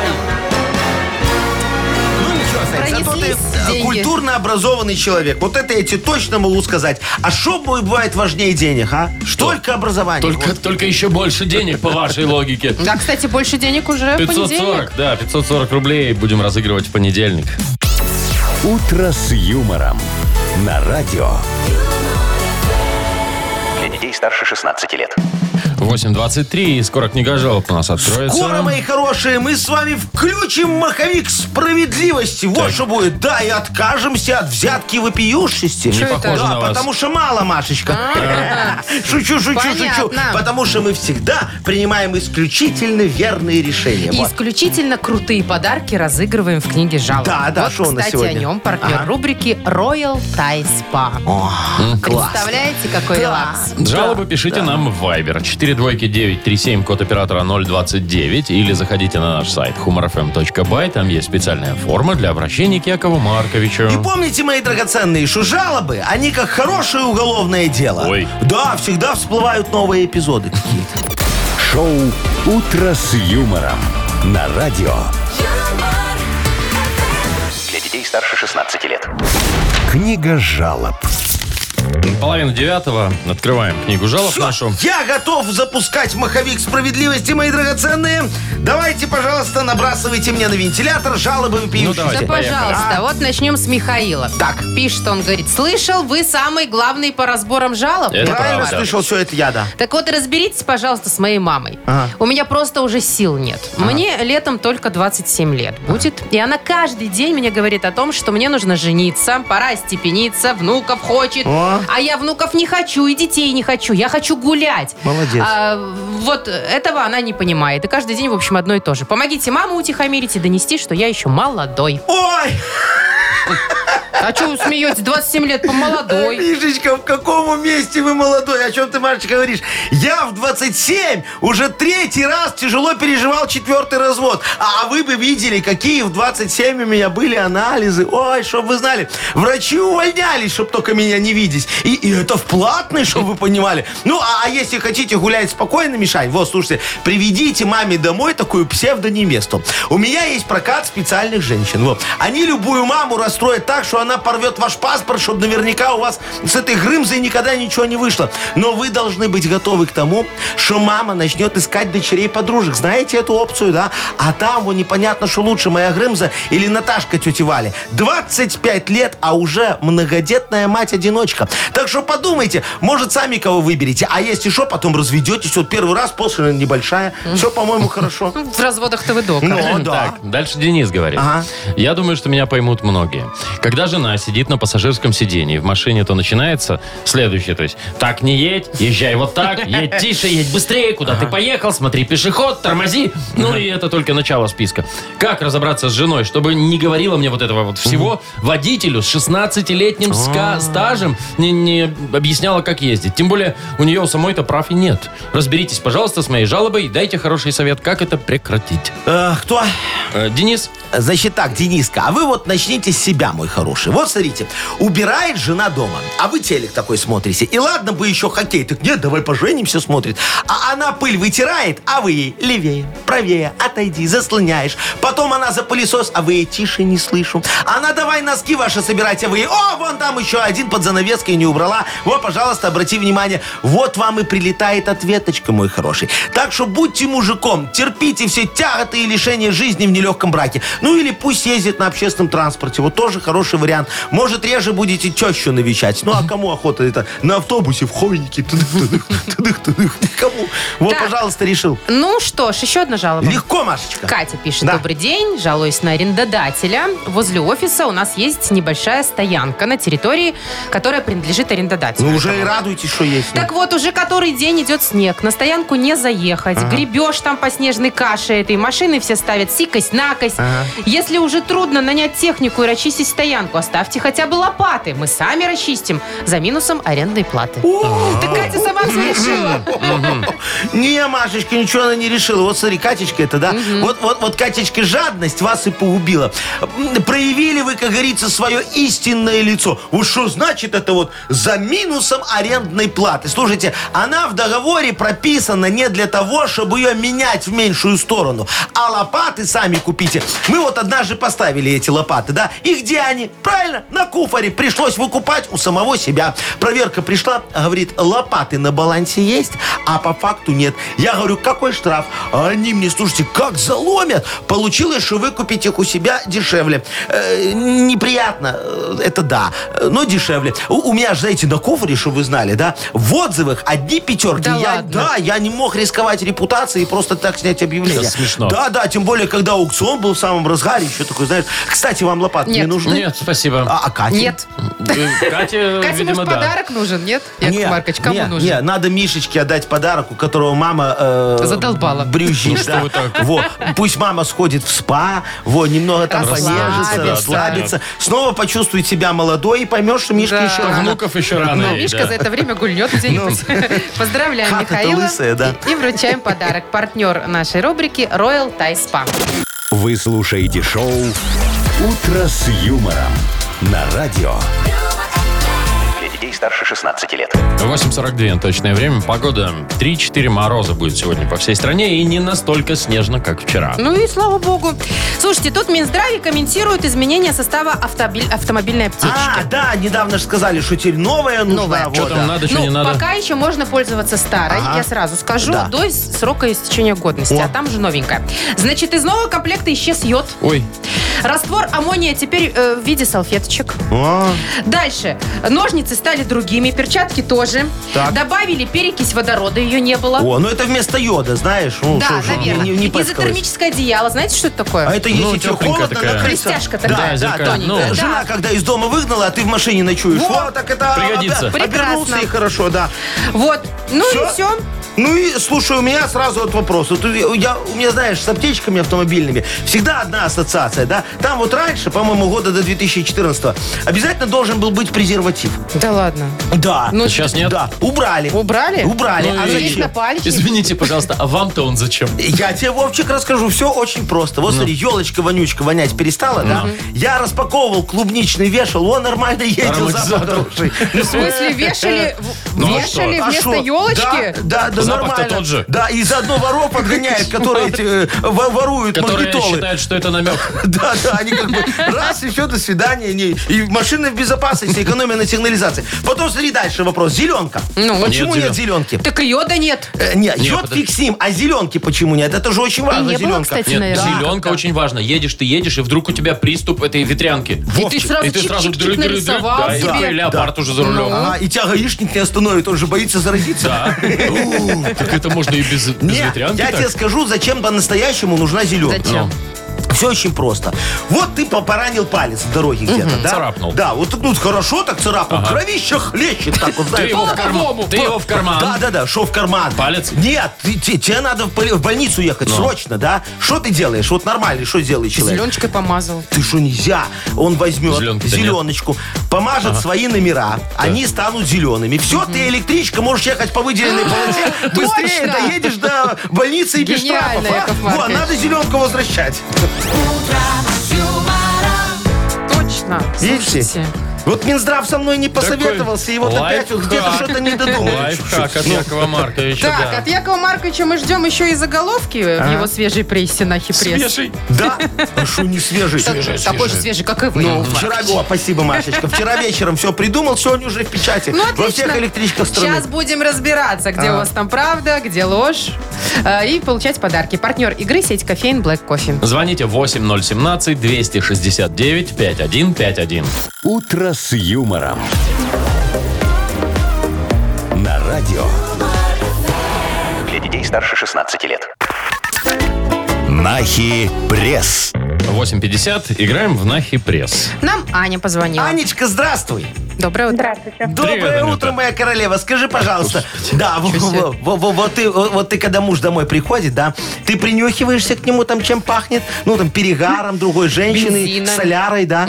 Ну ничего, Сань, зато ты Пронеслись э, деньги. культурно образованный человек. Вот это я тебе точно могу сказать. А что бывает важнее денег, а? Что? Только образование. Только, Вот. только еще больше денег, по вашей логике. Да, кстати, больше денег уже в пятьсот понедельник. сорок, да, пятьсот сорок рублей будем разыгрывать в понедельник. «Утро с юмором» на радио. Для детей старше шестнадцати лет. восемь двадцать три, и скоро книга жалоб у нас откроется. Скоро, мои хорошие, мы с вами включим маховик справедливости. Вот Так. что будет. Да, и откажемся от взятки вопиюшести. Не похоже да, на вас. потому что мало, Машечка. Шучу, шучу, шучу. Понятно. Потому что мы всегда принимаем исключительно верные решения. И Вот. исключительно крутые подарки разыгрываем в книге жалоб. Да, да, вот, шо у нас кстати, сегодня? о нем партнер Ага. рубрики Royal Thai Spa. О, класс. Представляете, какой релакс? Жалобы пишите нам в Viber. четыре двойки девять три семь, код оператора ноль двадцать девять. Или заходите на наш сайт humor эф эм точка бай. Там есть специальная форма для обращения к Якову Марковичу. И помните, мои драгоценные, что жалобы, они как хорошее уголовное дело. Ой. Да, всегда всплывают новые эпизоды какие-то. Шоу «Утро с юмором» на радио. Для детей старше шестнадцати лет. Книга жалоб. Половина девятого. Открываем книгу жалоб Всё, нашу. я готов запускать маховик справедливости, мои драгоценные. Давайте, пожалуйста, набрасывайте мне на вентилятор жалобы вопиющие. Ну, давайте. Да, пожалуйста. А? Вот начнем с Михаила. Так. Пишет он, говорит, слышал, вы самый главный по разборам жалоб. Это Яков Правильно правда. слышал, все это я, да. Так вот, разберитесь, пожалуйста, с моей мамой. Ага. У меня просто уже сил нет. Мне летом только двадцать семь лет будет. И она каждый день мне говорит о том, что мне нужно жениться, пора остепениться, внуков хочет. О. А я внуков не хочу и детей не хочу. Я хочу гулять. Молодец. А, вот этого она не понимает. И каждый день, в общем, одно и то же. Помогите маму утихомирить и донести, что я еще молодой. Ой, А что вы смеетесь? двадцать семь лет помолодой. Мишечка, в каком месте вы молодой? О чем ты, Машечка, говоришь? Я в двадцать семь уже третий раз тяжело переживал четвертый развод. А вы бы видели, какие в двадцать семь у меня были анализы. Ой, чтоб вы знали. Врачи увольнялись, чтоб только меня не видеть. И, и это в платный, чтобы вы понимали. Ну, а, а если хотите гулять спокойно, Мишань, вот, слушайте, приведите маме домой такую псевдоневесту. У меня есть прокат специальных женщин. Вот. Они любую маму расстроят так, что она порвет ваш паспорт, чтобы наверняка у вас с этой Грымзой никогда ничего не вышло. Но вы должны быть готовы к тому, что мама начнет искать дочерей-подружек. Знаете эту опцию, да? А там, вот непонятно, что лучше, моя Грымза или Наташка тети Вали. двадцать пять лет, а уже многодетная мать-одиночка. Так что подумайте, может, сами кого выберете. А если что, потом разведетесь. Вот первый раз, после небольшая. Все, по-моему, хорошо. В разводах-то вы дока. Ну, да. Так, дальше Денис говорит. Ага. Я думаю, что меня поймут многие. Когда жена сидит на пассажирском сидении в машине, то начинается следующее. То есть, так не едь, езжай вот так, едь тише, едь быстрее, куда ты поехал, смотри, пешеход, тормози. Ну и это только начало списка. Как разобраться с женой, чтобы не говорила мне вот этого вот всего, водителю с шестнадцатилетним ска- стажем не, не объясняла, как ездить. Тем более, у нее у самой-то прав и нет. Разберитесь, пожалуйста, с моей жалобой и дайте хороший совет, как это прекратить. Э, кто? Э, Денис? Значит так, Дениска, а вы вот начните с себя, мой хороший. лучше. Вот смотрите, убирает жена дома, а вы телек такой смотрите. И ладно бы еще хоккей. Так нет, давай поженимся, смотрит. А она пыль вытирает, а вы ей левее, правее, отойди, заслоняешь. Потом она за пылесос, а вы ей тише, не слышу. Она давай носки ваши собирать, а вы ей, о, вон там еще один под занавеской не убрала. Вот, пожалуйста, обрати внимание. Вот вам и прилетает ответочка, мой хороший. Так что будьте мужиком, терпите все тяготы и лишения жизни в нелегком браке. Ну или пусть ездит на общественном транспорте. Вот тоже хороший вариант. Может, реже будете тещу навещать. Ну, а кому охота это? На автобусе, в хойнике. Кому? Вот, Так. пожалуйста, решил. Ну что ж, еще одна жалоба. Легко, Машечка. Катя пишет: Да. добрый день, жалуюсь на арендодателя. Возле офиса у нас есть небольшая стоянка на территории, которая принадлежит арендодателю. Ну, уже и радуйтесь, что есть. ну. Так вот, уже который день идет снег, на стоянку не заехать, гребешь там по снежной каше этой, машины все ставят сикость-накость. Если уже трудно нанять технику и расчистить стоянку, оставьте хотя бы лопаты, мы сами расчистим за минусом арендной платы. Так Катя сама все решила. Не, Машечка, ничего она не решила. Вот смотри, Катечка это, да? Вот, вот, вот, Катечка, жадность вас и погубила. М, Проявили вы, как говорится, свое истинное лицо. Вот что значит это вот за минусом арендной платы? Слушайте, она в договоре прописана не для того, чтобы ее менять в меньшую сторону. А лопаты сами купите. Мы вот однажды поставили эти лопаты, да? И где они? Правильно, на куфоре. Пришлось выкупать у самого себя. Проверка пришла, говорит, лопаты на балансе есть, а по факту нет. Я говорю, какой штраф? А они мне, слушайте, как заломят. Получилось, что выкупить их у себя дешевле. Э, неприятно, э, это да, э, но дешевле. У, у меня же, знаете, на куфоре, что вы знали, да, в отзывах одни пятерки. Да я, ладно? да, я не мог рисковать репутацией и просто так снять объявление. Это смешно. Да, да, тем более, когда аукцион был в самом разгаре, еще такой, знаешь. Кстати, вам лопаты не Нет. нужны? Нет, спасибо. А, а Кате? Нет. Э, Катя, Катя, видимо, может, да. подарок нужен, нет? Яков Не, Маркович, кому не, нужен? не, надо Мишечке отдать подарок, у которого мама э, Задолбала. брюзжит. да. вы так? Во, пусть мама сходит в спа, во, немного там Расслабится. понежится, расслабится, снова почувствует себя молодой и поймет, что Мишка Да. еще рано. Внуков еще рано. Но ей, Мишка да. за это время гульнет где-нибудь. Поздравляем Хата-то Михаила. лысая, да. И, и вручаем подарок. Партнер нашей рубрики Royal Thai Spa. Вы слушаете шоу «Утро с юмором» на радио. Для детей старше шестнадцати лет. восемь сорок два точное время. Погода три-четыре мороза будет сегодня по всей стране. И не настолько снежно, как вчера. Ну и слава богу. Слушайте, тут Минздраве комментирует изменения состава автобиль- автомобильной аптечки. А, да, недавно же сказали, что теперь новая нужна. Новая. вот, Что там да. надо, что Ну, не надо? пока еще можно пользоваться старой, Ага. я сразу скажу, Да. до ис- срока истечения годности. О. А там же новенькая. Значит, из нового комплекта исчез йод. Ой, Раствор аммония теперь э, в виде салфеточек. О, Дальше. Ножницы стали другими, перчатки тоже. Так. Добавили перекись водорода, ее не было. О, ну это вместо йода, знаешь. Ну, Да, шо- шо, наверное. Не, не, не пэцкалось. Изотермическое одеяло. Знаете, что это такое? А это Ну, если тебе тепленькая холодно, такая. накрыться. Блестяшка Да, такая. да, зеркальная. да. Ну. Э, Жена, когда из дома выгнала, а ты в машине ночуешь. Вот. Вот, так это Пригодится. об- обернулся Прекрасно. и хорошо, да. Вот. Ну Всё? и все. Ну и, слушай, у меня сразу вот вопрос. Вот я, у меня, знаешь, с аптечками автомобильными всегда одна ассоциация, да? Там вот раньше, по-моему, года до две тысячи четырнадцатого, обязательно должен был быть презерватив. Да ладно. Да. Ну, сейчас нет? Да, убрали. Убрали? Убрали. Ну а и- Залезть зачем? на пальчик. извините, пожалуйста, а вам-то он зачем? Я тебе, Вовчик, расскажу. Все очень просто. Вот смотри, елочка-вонючка вонять перестала, да? Я распаковывал клубничный вешал, он нормально едет, запах Ароматизатор. хороший. В смысле, вешали, в- Ну, а вешали что? А вместо шо? елочки? Да, да, да, Запах-то нормально. тот же. Да, и заодно воров подгоняет, которые эти, э, во- воруют Которые магнитолы. считают, что это намек. Да, да, они как бы раз и все, до свидания. Не- И машина в безопасности, экономия на сигнализации. Потом смотри дальше вопрос. Зеленка. Ну, Почему нет нет зеленки? Так и йода нет. Э, Нет, Не, йод подожди. фиг с ним, а зеленки почему нет? Это же очень важно, не было, зеленка. кстати, Нет, наверное. зеленка Да. очень важно. Едешь ты, едешь, и вдруг у тебя приступ этой ветрянки. И ты сразу И ты сразу чик-чик-чик дры-дры-дры. нарисовал Да, и себе. такой леопард уже за рулем. Ага, и тебя гаишник не остановит, он же боится заразиться. Да. У, Так это можно и без без Нет, ветрянки я так? тебе скажу, зачем по-настоящему нужна зеленка. Зачем? Все очень просто. Вот ты по- поранил палец в дороге где-то, да? Царапнул. Да, вот ну, хорошо так царапнул. Ага. Кровище хлещет так вот, Ты знаешь. его в вот. карман. Ты его в карман. Да, да, да, шо в карман. Палец? Нет, ты- те- тебе надо в, поли- в больницу ехать Ну. срочно, да? Что ты делаешь? Вот нормально, что делает человек? Зеленочкой помазал. Ты что, нельзя? Он возьмет Зеленки-то нет. зеленочку, помажет свои номера, они станут зелеными. Все, ты электричка, можешь ехать по выделенной полосе, быстрее Точно! доедешь до больницы и без Гениально, штрафов. а? Яков Во, Маркович. надо зеленку возвращать. Точно. конечно. Видите? Слушайте. Вот Минздрав со мной не посоветовался, и вот опять вот где-то лайфхак. что-то не додумали. Лайфхак от Якова Марковича, Так, да. от Якова Марковича мы ждем еще и заголовки в его свежей прессе на Хипресс. Свежий. Да? А что не свежий? Так- Такой же свежий, как и вы. Ну, Яков вчера, Маркович. о, спасибо, Машечка. Вчера вечером все придумал, сегодня уже в печати. Ну, Во отлично. всех электричках страны. Сейчас будем разбираться, где А. у вас там правда, где ложь. Э, И получать подарки. Партнер игры сеть кофеин Black Coffee. Звоните восемь ноль семнадцать двести шестьдесят девять пятьдесят один пятьдесят один. «Утро с юмором». На радио. Для детей старше шестнадцати лет. Нахи пресс. восемь пятьдесят. Играем в Нахи Пресс. Нам Аня позвонила. Анечка, здравствуй. Доброе утро. Здравствуйте. Доброе Привет, Анюта. утро, моя королева. Скажи, пожалуйста. Да, во- Чё себе? во- во- во- вот ты, вот вот ты, когда муж домой приходит, да, ты принюхиваешься к нему, там, чем пахнет? Ну, там, перегаром другой женщины, Бензином. солярой, да?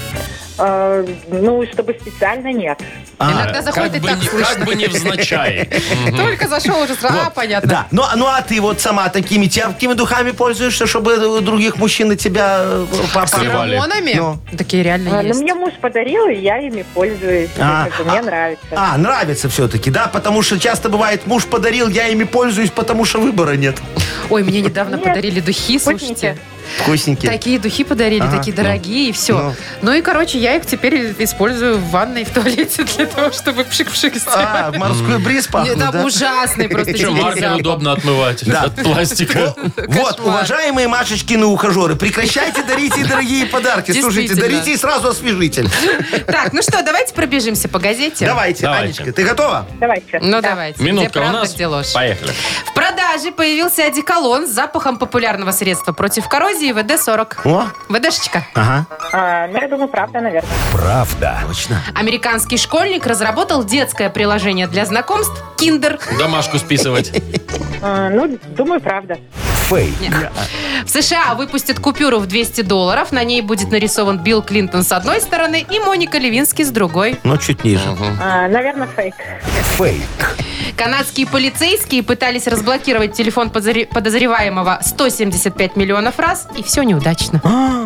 А, ну, чтобы специально нет. Иногда заходит Как и бы, так не, слышно. как бы невзначай. Только зашел уже сразу. А, понятно. Да. Ну, а- ну, а ты вот сама такими терпкими духами пользуешься, чтобы других мужчин на тебя э, по- С по- Сливали. феромонами? Ну. Такие реально А, ну, есть. мне муж подарил, и я ими пользуюсь. А, Как бы мне нравится. А, нравится все-таки, да? Потому что часто бывает, муж подарил, я ими пользуюсь, потому что выбора нет. Ой, мне недавно Нет. подарили духи, Вкусненькие. слушайте. Вкусненькие. Такие духи подарили, Ага. такие дорогие, и все. Ну. Ну и, короче, я их теперь использую в ванной и в туалете для того, чтобы пшик-пшик А, сделать. морской бриз пахнет, Там да? ужасный просто Что, сильный маркер запах. удобно отмывать Да. от пластика. Вот, Кошмар. уважаемые Машечкины ухажеры, прекращайте дарите дорогие подарки. Слушайте, Действительно. дарите и сразу освежитель. Так, ну что, давайте пробежимся по газете. Давайте, Давайте. Анечка, ты готова? Давайте. Ну, Да. давайте. Минутка Где у правда, нас. где ложь? Поехали. В продаже появился одеколон с запахом популярного средства против коррозии вэ дэ сорок. О, вэ дэшечка. ага. А, ну, я думаю, правда, наверное. Правда. Точно. Американский школьник разработал детское приложение для знакомств Kinder. Домашку списывать. А, ну, думаю, правда. Фейк. В США выпустят купюру в двести долларов. На ней будет нарисован Билл Клинтон с одной стороны и Моника Левински с другой. Но чуть ниже. А, наверное, фейк. Фейк. Канадские полицейские пытались разблокировать телефон подозре- подозреваемого сто семьдесят пять миллионов раз, и все неудачно.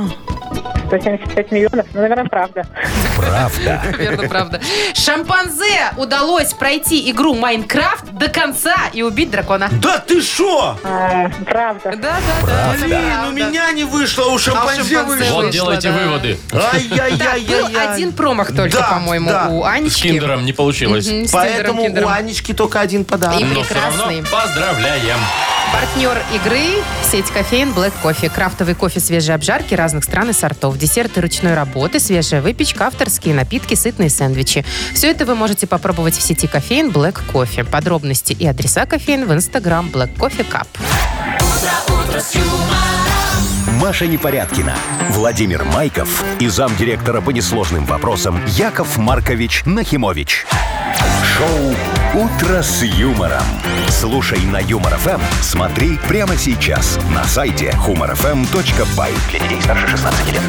сто семьдесят пять миллионов. Ну, наверное, правда. Правда. Верно, правда. Шимпанзе удалось пройти игру Майнкрафт до конца и убить дракона. Да ты шо? А, правда. Да, да, да. Блин, у меня не вышло, у шимпанзе шимпанзе вышло. вышло. Вот делайте да. выводы. Так, был Ай-яй-яй-яй. один промах только, Да, по-моему, да. у С Анечки. киндером не получилось. Мгм, с Поэтому Тиндером, Киндером. у Анечки только один подарок. И Но все равно прекрасный. поздравляем. Партнер игры – сеть кофеин Black Coffee. Крафтовый кофе свежей обжарки разных стран и сортов. Десерты ручной работы, свежая выпечка, авторские напитки, сытные сэндвичи. Все это вы можете попробовать в сети кофеин Black Coffee. Подробности и адреса кофеин в инстаграм Black Coffee Cup. Маша Непорядкина, Владимир Майков и замдиректора по несложным вопросам Яков Маркович Нахимович. Шоу «Утро с юмором». Слушай на Юмор ФМ, смотри прямо сейчас на сайте humor эф эм точка бай. Для детей старше шестнадцати лет.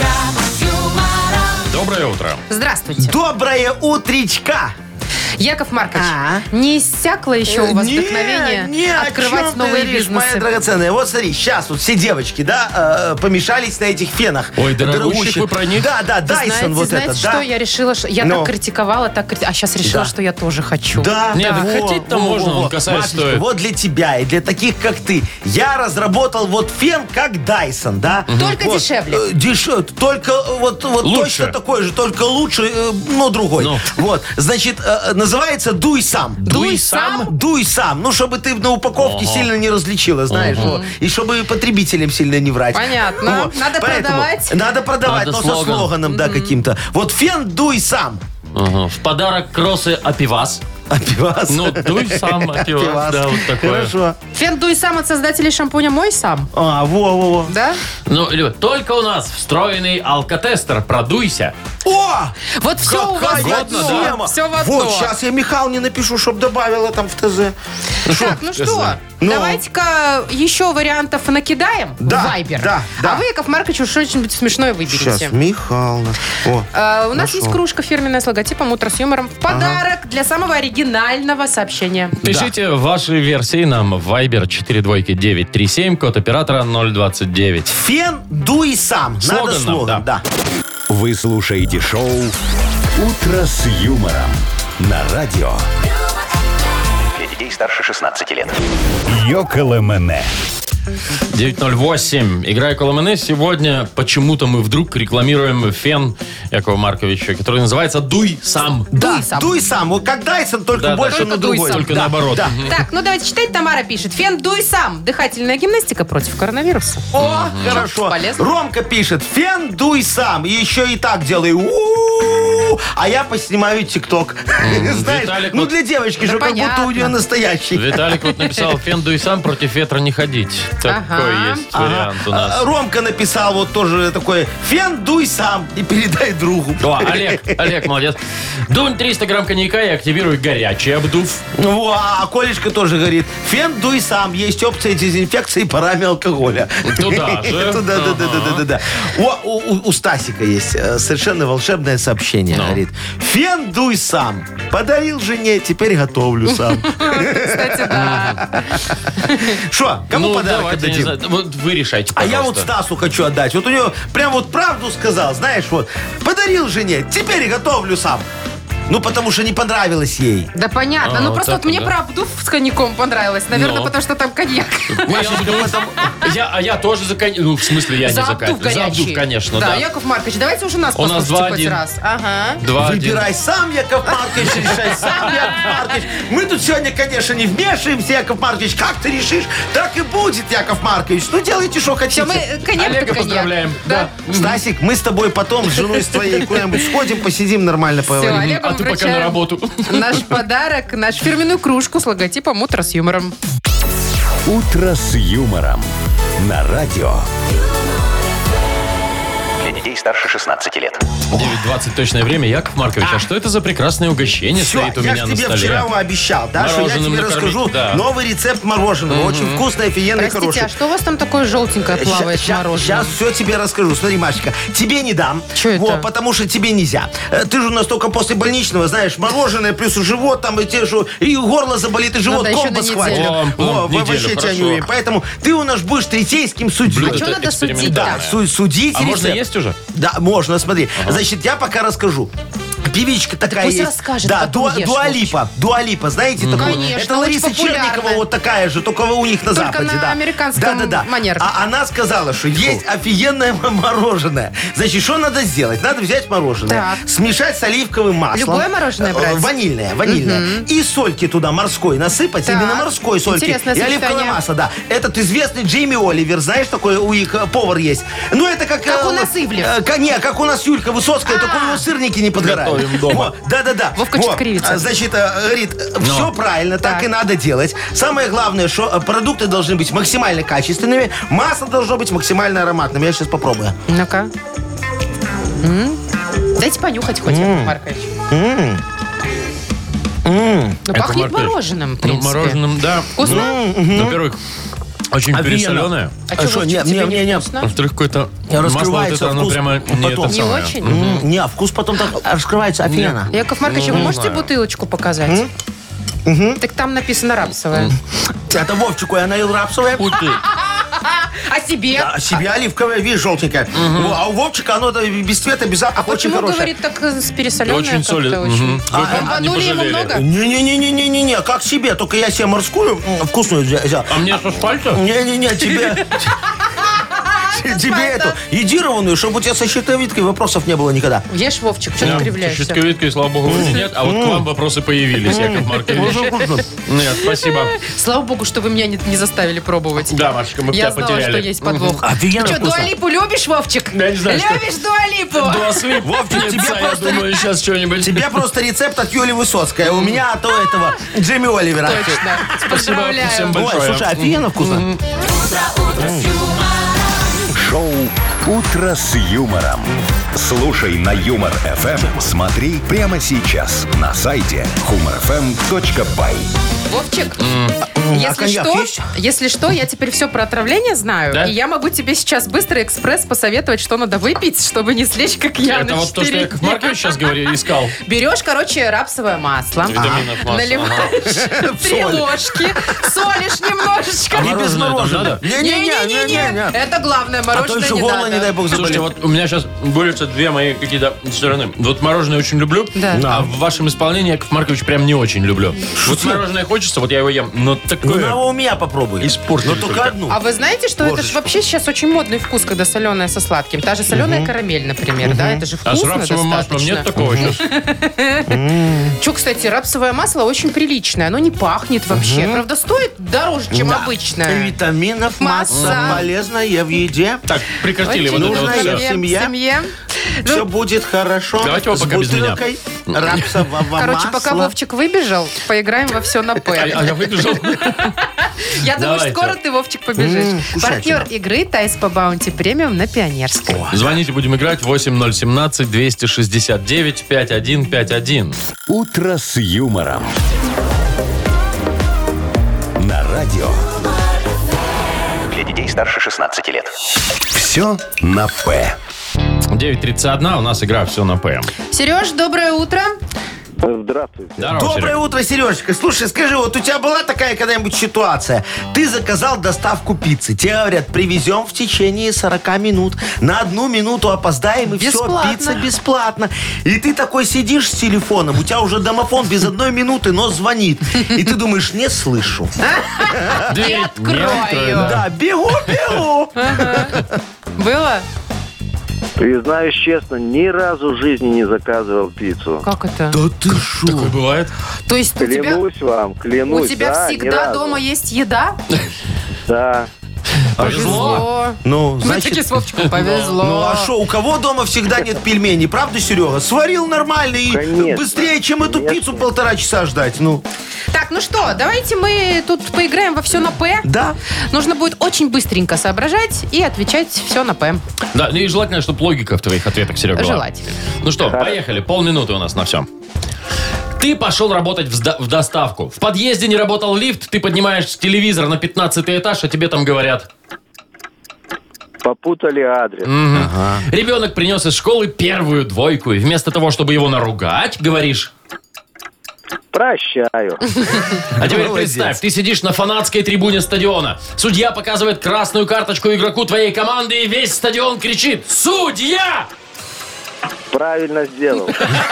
Доброе утро. Здравствуйте. Доброе утречка. Яков Маркович, А? не иссякло еще у вас Не, вдохновение не, о открывать чем ты новые говоришь, моя бизнесы? драгоценная. Вот смотри, сейчас вот все девочки, да, э, помешались на этих фенах. Ой, дорогущих вы про них? Да, да, Вы Дайсон знаете, вот знаете, этот, что да. я решила? что- Я Ну. так критиковала, так крити- а сейчас решила, Да. что я тоже хочу. Да, Не, да. так Во, хотеть-то во, можно, во, он во. косарь Машечка, стоит. вот для тебя и для таких, как ты, я разработал вот фен, как Дайсон, да? Только Вот, дешевле. э, дешев- только вот, вот Лучше. точно такой же, только лучше, э, но другой. Ну. Вот, значит, э, называется «Дуй сам». Дуй сам? Дуй сам. Ну, чтобы ты на упаковке Ага. сильно не различила, знаешь. вот. И чтобы потребителям сильно не врать. Понятно. Надо продавать. Надо продавать, Надо но слоган. со слоганом, да, каким-то. Вот фен «Дуй сам». Ага. В подарок кроссы Апивас. А пивас? Ну, дуй сам Апивас. Пивас. Да, вот такое. Хорошо. Фен Дуй сам от создателей шампуня «Мой сам». А, во-во-во. Да? Ну, или вот, только у нас встроенный алкотестер. Продуйся. О! Вот все у вас в Какая годно, одно. тема! Все в одно. Вот, сейчас я Михалне напишу, чтобы добавила там в ТЗ. Так, ну что, Честно. Ну. давайте-ка еще вариантов накидаем Да, в Вайбер. да, да. А вы, Яков Маркович, уж что-нибудь смешное выберите. Сейчас, Михална. О, А, у нас Нашел. есть кружка фирменная с логотипом «Утро с юмором» в подарок для самого оригинального сообщения. Пишите ваши версии нам в Viber четыре двойки девять три семь, код оператора ноль двадцать девять. фен «Дуй сам». Слоган Надо нам, слоган, да. да. Вы слушаете шоу «Утро с юмором» на радио. Для детей старше шестнадцати лет. Йоколэмэне. девять ноль восемь. Играя Коломане, сегодня почему-то мы вдруг рекламируем фен Якова Марковича, который называется «Дуй сам». Да, Дуй сам. дуй сам. Вот как Дайсон, только Да, да, больше только на дуй другой. сам. Только Да, наоборот. да. Мгм. Так, ну давайте читать. Тамара пишет. Фен, дуй сам. Дыхательная гимнастика против коронавируса. О, хорошо. Полезно. Ромка пишет, фен дуй сам. И еще и так делай. У-у-у. А я поснимаю тикток. Знаешь, Виталик ну вот- для девочки Да же, как будто понятно. у нее настоящий. Виталик вот написал «Фен, дуй сам, против ветра не ходить». Такой Ага. есть Ага. вариант у нас. А, Ромка написал вот тоже такой, фен дуй сам и передай другу. О, Олег, Олег, молодец. Дунь триста грамм коньяка и активируй горячий обдув. Ну, а Колечка тоже говорит, фен дуй сам, есть опция дезинфекции парами алкоголя. Туда же. Туда, да, да, да, да, да, да. О, у, у- у Стасика есть э, совершенно волшебное сообщение. Ну. Говорит, фен дуй сам, подарил жене, теперь готовлю сам. Кстати, да. Что, кому Ну, подарок давайте, не отдадим? знаю. Вот вы решайте, А я вот пожалуйста. Стасу хочу отдать. Вот у него прям вот правду сказал, знаешь, вот. Подарил жене, теперь готовлю сам. Ну, потому что не понравилось ей. Да понятно. А, ну вот просто так вот мне вот, про обдув с коньяком понравилось. Наверное, Но. потому что там коньяк. Я, я- а я тоже за коньяк. Ну, в смысле, я За не за обдув коньяк. За горячий. обдув, конечно, Да, да. Яков Маркович, давайте уже нас У нас послушайте хоть два-один. раз. Ага. Два-один. Выбирай сам, Яков Маркович, решай сам, Яков Маркович. Мы тут сегодня, конечно, не вмешиваемся, Яков Маркович. Как ты решишь, так и будет, Яков Маркович. Ну, делайте, что хотите. Все, мы э, коньяк Олега так коньяк. поздравляем. Да. Стасик, мы с тобой потом с женой с твоей куда-нибудь сходим, посидим, нормально поговорим. Олег, А ты пока на работу. Наш подарок, нашу фирменную кружку с логотипом «Утро с юмором». «Утро с юмором» на радио. Для детей старше шестнадцати лет. девять двадцать точное время. Яков Маркович, а что это за прекрасное угощение Все, стоит у я меня ж на тебе столе? вчера обещал, да, что я Мороженым тебе накормить, расскажу да. новый рецепт мороженого. Очень вкусный, офигенный, Простите, хороший. а что у вас там такое желтенькое плавает в мороженом? Сейчас все тебе расскажу. Смотри, Машечка, тебе не дам. Чё это? Во, потому что тебе нельзя. Э, Ты же у нас только после больничного, знаешь, мороженое, плюс и живот, там, и те же, и горло заболит, и живот Надо еще комбо на схватит. неделю. О, Во, ну, вообще неделю, тебя не хорошо. уверен. Поэтому ты у нас будешь третейским судьей. Блюдо А что надо судить? экспериментальное. Да, су- судить А можно рецепт. есть уже? Да, можно, смотри. Значит, я пока расскажу. Певичка такая пусть есть. расскажет, да, потом Дуа- ешь, Дуалипа. Дуалипа, знаете такую? Конечно, Это Лариса очень популярная. Черникова вот такая же, только у них на Только Западе. на да. американском да, да, да. манере. А она сказала, что есть офигенное мороженое. Значит, что надо сделать? Надо взять мороженое, Так. смешать с оливковым маслом. Любое мороженое Э, брать? Ванильное, ванильное. И сольки туда морской насыпать, Так. именно морской сольки. Интересное И оливковое сочетание. масло, да. Этот известный Джейми Оливер, знаешь, такой у них э, повар есть. Ну, это как... Как э, у нас Ивлев. э, ка- Не, как у нас Юлька Высоцкая, только у него сырники не подгорают. Готовим дома. Вот, да-да-да. Вовка Вот. чуть кривится. А, Значит, э, говорит, все правильно, так. Так. и надо делать. Самое главное, что э, продукты должны быть максимально качественными, масло должно быть максимально ароматным. Я сейчас попробую. Ну-ка. М? Дайте понюхать хоть, Яков Маркович. Ну, Яков пахнет Маркович, мороженым, в Ну, принципе. мороженым, да. Вкусно? Ну, во-первых, очень Офигенно. пересоленое. А А что, что, Вовчик, не, тебе не, не не, не. вкусно? Во-вторых, какое-то масло вот Раскрывается это, оно вкус прямо не потом. это Не самое. очень? М, Не, а вкус потом так раскрывается офигенно. Яков Маркович, Ну, вы не можете знаю. бутылочку показать? Так там написано рапсовое. Это Вовчику я налил рапсовое. Ух ты. А себе? А себе оливковое, видишь, желтенькое. Во, А у Вовчика оно да, без цвета, без запаха, очень Почему, хорошее. говорит, так э, с пересоленное? Очень как-то солит. очень? Мгм. А, Вы не бомбанули ему пожалели. много? Не-не-не-не-не-не, как себе, только я себе морскую м, вкусную взя- взял. А мне что, с пальца? Не-не-не, тебе... Тебе эту едированную, чтобы у тебя со щитовидкой вопросов не было никогда. Ешь, Вовчик, что ты кривляешься? Щитковидкой, слава богу, вроде нет. А вот к вам вопросы появились, Яков Маркович. Нет, спасибо. Слава богу, что вы меня не, не заставили пробовать. Да, Машечка, мы Я тебя знала, потеряли. что есть подвох. Офигенно Что, вкусно. Дуалипу любишь, Вовчик? Я не знаю, что- Любишь Дуалипу? Дуаслип. Вовчик, тебе я просто- думаю, сейчас что-нибудь. Тебе просто рецепт от Юли Высоцкой, а у меня от этого Джейми Оливера. Точно. Спасибо Поздравляю. всем Ой, большое. слушай, офигенно вкусно. Шоу «Утро с юмором». Слушай на Юмор эф эм. Смотри прямо сейчас на сайте humor эф эм точка бай. Вовчик, А Если коньяк что, есть? если что, я теперь все про отравление знаю. Да? И я могу тебе сейчас быстро экспресс посоветовать, что надо выпить, чтобы не слечь, как я Это на вот то, что четыре Яков дня. Маркович сейчас говорил, искал. Берешь, короче, рапсовое масло. Витаминов масла. Наливаешь три ложки, солишь немножечко. А И без мороженое там мороженого. надо? Не-не-не, Не-не-не. это главное, А то мороженое еще не горло, не дай надо. бог, Слушайте, заболит. вот у меня сейчас борются две мои какие-то стороны. Вот мороженое очень люблю, Да. а в вашем исполнении, Яков Маркович, прям не очень люблю. Вот мороженое хочется, вот я его ем, но Ну, такое... на у меня попробуй. Испортили Но только только. одну. А вы знаете, что это же Ложечку. вообще сейчас очень модный вкус, когда соленое со сладким. Та же соленая карамель, например, да? Это же А с вкусно рапсовым маслом достаточно. нет такого сейчас? Че, кстати, рапсовое масло очень приличное. Оно не пахнет вообще. Правда, стоит дороже, чем Да. обычное. Витаминов масса, Масса. полезное в еде. Так, прекратили Очень вот это вот нужно все. есть. семья. в семье. Все Ну, будет хорошо. Давайте его С пока без меня. бутылкой рапсового короче, пока масла. Вовчик выбежал, поиграем во все на А, П. а я выбежал. Я думаю, что давайте. скоро ты, Вовчик, побежишь. М, кушайте, Партнер игры Тайс по Баунти Премиум на Пионерской. Звоните, будем играть. восемь ноль семнадцать двести шестьдесят девять пятьдесят один пятьдесят один. «Утро с юмором». На радио. Для детей старше шестнадцати лет. Все на «П». девять тридцать один, у нас игра «Все на П». Сереж, доброе утро. Здравствуйте. Здорово, Доброе Серег. утро, Сережечка. Слушай, скажи, вот у тебя была такая когда-нибудь ситуация? Ты заказал доставку пиццы. Тебе говорят, привезем в течение сорока минут. На одну минуту опоздаем, и все, Бесплатно. пицца бесплатно. И ты такой сидишь с телефоном, у тебя уже домофон без одной минуты, но звонит. И ты думаешь, не слышу. Дверь Не не открою. открою, да. Да, бегу, бегу. Было? Признаюсь честно, ни разу в жизни не заказывал пиццу. Как это? Да ты шо? Такое бывает. То есть у тебя, Клянусь вам, у клянусь. тебя да, ни всегда разу. дома есть еда? Да. Повезло. Ну, Мы значит... таки с Вовчиком повезло. Ну а что, у кого дома всегда нет пельменей, правда, Серега? Сварил нормально и Конечно. быстрее, чем эту Конечно. пиццу полтора часа ждать. Ну, Так, ну что, давайте мы тут поиграем во все на П. да. Нужно будет очень быстренько соображать и отвечать все на П. Да, ну и желательно, чтобы логика в твоих ответах, Серега, была. Желательно. Ну что, поехали. Полминуты у нас на все. Ты пошел работать в, сда- в доставку. В подъезде не работал лифт, ты поднимаешь телевизор на пятнадцатый этаж, а тебе там говорят. Попутали адрес. Ребенок принес из школы первую двойку, и вместо того, чтобы его наругать, говоришь... Прощаю. А теперь Молодец. представь, ты сидишь на фанатской трибуне стадиона. Судья показывает красную карточку игроку твоей команды, и весь стадион кричит: «Судья!» Правильно сделал.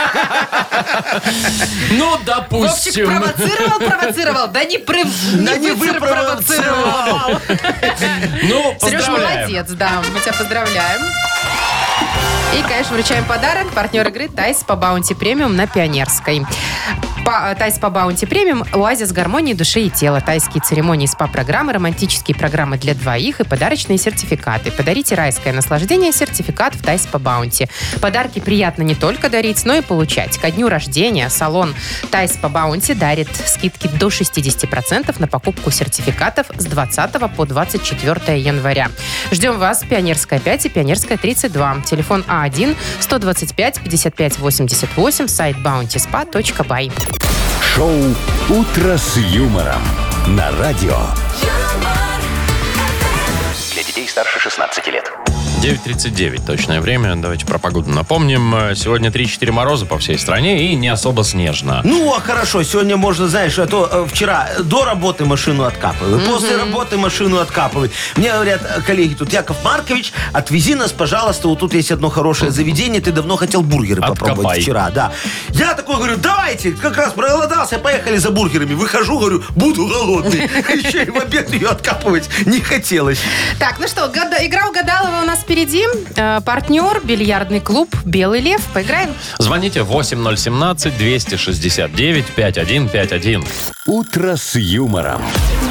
Ну, Вовчик допустим. провоцировал, провоцировал. Да не, прив... Да не не выцер провоцировал. Ну, Сереж, поздравляем. молодец, да. Мы тебя поздравляем. И, конечно, вручаем подарок. Партнер игры Тайс по Баунти Премиум на Пионерской. По, Тайс по Баунти Премиум – оазис гармонии души и тела. Тайские церемонии, СПА-программы, романтические программы для двоих и подарочные сертификаты. Подарите райское наслаждение, сертификат в Тайс по Баунти. Подарки приятно не только дарить, но и получать. Ко дню рождения салон Тайс по Баунти дарит скидки до шестьдесят процентов на покупку сертификатов с двадцатого по двадцать четвёртое января. Ждем вас. Пионерская пять и Пионерская тридцать два. Телефон А один сто двадцать пять пятьдесят пять восемьдесят восемь, сайт баунти спа точка бай. Шоу «Утро с юмором». На радио. Для детей старше шестнадцати лет. девять тридцать девять точное время. Давайте про погоду напомним. Сегодня три-четыре мороза по всей стране и не особо снежно. Ну, а хорошо, сегодня можно, знаешь, а то э, вчера до работы машину откапываю, после работы машину откапываю. Мне говорят э, коллеги тут: Яков Маркович, отвези нас, пожалуйста, вот тут есть одно хорошее заведение, ты давно хотел бургеры Откопай. попробовать вчера, да. Я такой говорю: давайте, как раз проголодался, поехали за бургерами. Выхожу, говорю: буду голодный. Еще и в обед ее откапывать не хотелось. Так, ну что, года- игра угадалова у нас впереди. Э, партнер, бильярдный клуб «Белый лев». Поиграем? Звоните восемь ноль семнадцать двести шестьдесят девять пятьдесят один пятьдесят один. «Утро с юмором».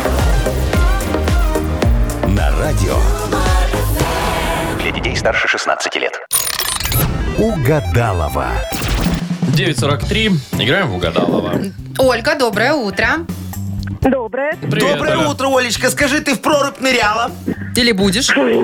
На радио. Для детей старше шестнадцати лет. Угадалова. девять сорок три. Играем в Угадалова. Ольга, доброе утро. Доброе. Привет, Доброе Оля. утро, Олечка. Скажи, ты в прорубь ныряла? Или будешь?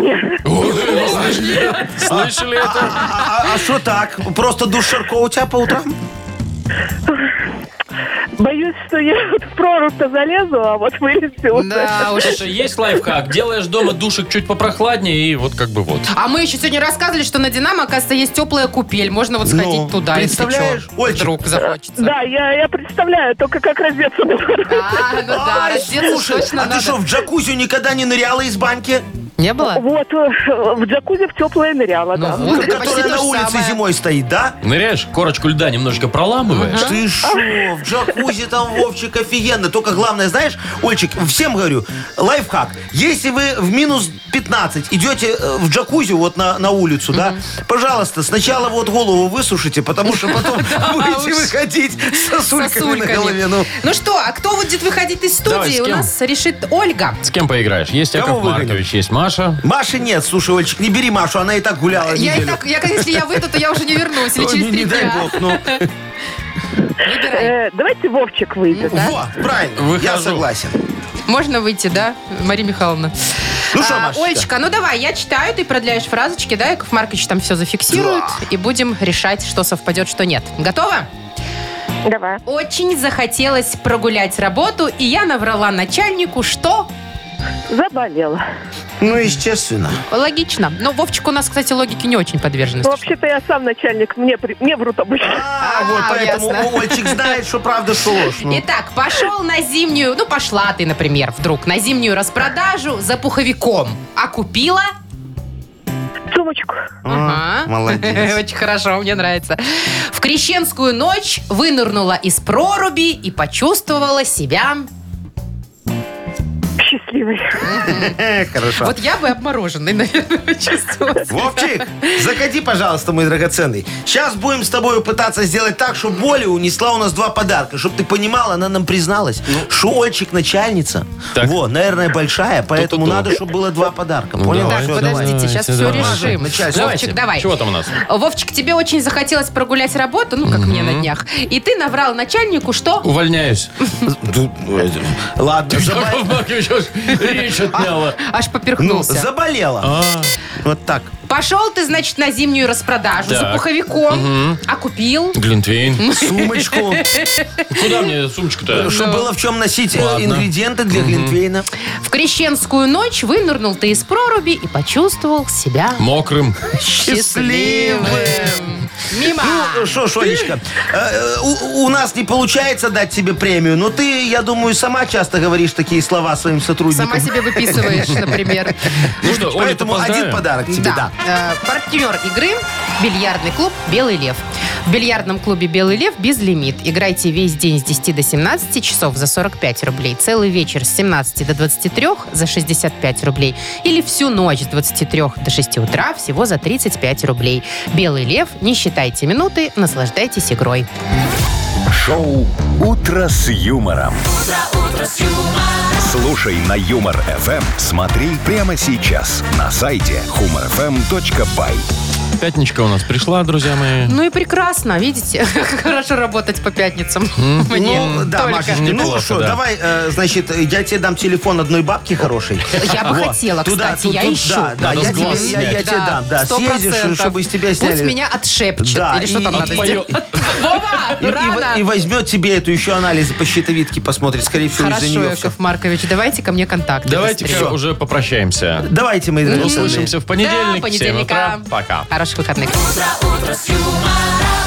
Слышали это? А что так? Просто душ Шарко у тебя по утрам? Боюсь, что я в прорубь-то залезу, а вот вылезу. Да уж. Слушай, есть лайфхак. Делаешь дома душик чуть попрохладнее, и вот как бы вот. А мы еще сегодня рассказывали, что на Динамо, оказывается, есть теплая купель. Можно вот сходить Ну, туда, если представляешь, что, Ольчик? вдруг захочется. Да, я, я представляю, только как раздеться буду. А, ну да, Ай, раздеться слушай, точно а ты надо. что, в джакузи никогда не ныряла из баньки? Не было? Вот, э, в джакузи в теплое ныряла, Ну да. вот, это почти Которая то на же улице самое. зимой стоит, да? Ныряешь, корочку льда немножечко проламываешь. Ты шо, в джакузи там, Вовчик, офигенно. Только главное, знаешь, Ольчик, всем говорю, лайфхак. Если вы в минус пятнадцать идете э, в джакузи вот на, на улицу, да, пожалуйста, сначала вот голову высушите, потому что потом будете выходить с сосульками на голове. Ну, Ну что, а кто будет выходить из Давай, студии? с У кем? нас решит Ольга. С кем поиграешь? Есть Кого Яков выгоним? Маркович, есть Маша. Маши нет, слушай, Ольчик, не бери Машу, она и так гуляла Я и неделю. так, я, если я выйду, то я уже не вернусь. Или Ой, через не, три не дай дня. бог, ну. Выбирай. Э, давайте Вовчик выйдет, да? Во, правильно, я Выхожу. согласен. Можно выйти, да, Мария Михайловна? Ну что, А, Машечка? Олечка, ну давай, я читаю, ты продляешь фразочки, да, Яков Маркович там все зафиксирует, Да. и будем решать, что совпадет, что нет. Готова? Давай. Очень захотелось прогулять работу, и я наврала начальнику, что... Заболела. Ну, естественно. Логично. Но Вовчик у нас, кстати, логике не очень подвержен. Ну, если что. вообще-то я сам начальник, мне, при- мне врут обычно. А, А, вот поэтому ясно. Ольчик знает, что правда, что ложь. Ну. Итак, пошел на зимнюю, ну пошла ты, например, вдруг, на зимнюю распродажу за пуховиком. А купила... Сумочку. А, молодец. Очень хорошо, мне нравится. В крещенскую ночь вынырнула из проруби и почувствовала себя... Счастливый. Хорошо. Вот я бы обмороженной, наверное, чувствовала. Вовчик, заходи, пожалуйста, мой драгоценный. Сейчас будем с тобой пытаться сделать так, чтобы Боля унесла у нас два подарка. Чтобы ты понимала, она нам призналась, что Ольчик начальница. Так. Вот, наверное, большая, поэтому Ту-ту-ту. надо, чтобы было два подарка. Ну, Понял? давай. Так, Всё, давай. подождите, сейчас все давай. решим. Начальство. Вовчик, давай. Чего там у нас? Вовчик, тебе очень захотелось прогулять работу, ну, как мне на днях. И ты наврал начальнику, что... Увольняюсь. Ладно, заба- Яков Маркович аж речь отняла. Аж ну, поперхнулся. заболела. Вот так. Пошел ты, значит, на зимнюю распродажу за Так. пуховиком, а купил... Глинтвейн. Сумочку. Куда мне сумочку-то? Чтобы было в чем носить э, Ладно. ингредиенты для глинтвейна. В крещенскую ночь вынырнул ты из проруби и почувствовал себя Мокрым. счастливым. Мимо. Ну, что, Шонечка, э, у, у нас не получается дать тебе премию, но ты, я думаю, сама часто говоришь такие слова своим сотрудникам. Сама себе выписываешь, например. Ну что, Олю-то Поэтому один поздравим. подарок тебе, да. Э, партнер игры – бильярдный клуб «Белый лев». В бильярдном клубе «Белый лев» безлимит. Играйте весь день с десяти до семнадцати часов за сорок пять рублей. Целый вечер с семнадцати до двадцати трёх за шестьдесят пять рублей. Или всю ночь с двадцати трёх до шести утра всего за тридцать пять рублей. «Белый лев». Не считайте минуты, наслаждайтесь игрой. Шоу «Утро с юмором». Слушай на Юмор эф эм. Смотри прямо сейчас на сайте humor f m точка by. Пятничка у нас пришла, друзья мои. Ну и прекрасно, видите, хорошо работать по пятницам. Мне Ну, да, только. Машечка, ну Неплохо, что, да. давай, э, значит, я тебе дам телефон одной бабки хорошей. Я бы Вот. хотела, Туда, кстати, тут- я тут, ищу. Да, да, Надо я с глаз тебе, я, я снять. тебе дам, да, сто съездишь, процентов. чтобы из тебя сняли. Пусть меня отшепчет. Да, Или что и- там и надо поет. сделать? Вова, И, и- рано. и возьмет тебе эту еще анализы по щитовидке, посмотрит, скорее всего, из-за Хорошо, нее все. Яков Маркович, давайте ко мне контакты. Давайте-ка быстрее. уже попрощаемся. Давайте, мои драгоценные. Услышимся в Да, понедельник. в семь понедельника. утра. Пока. Хороших выходных. Утро с юмором.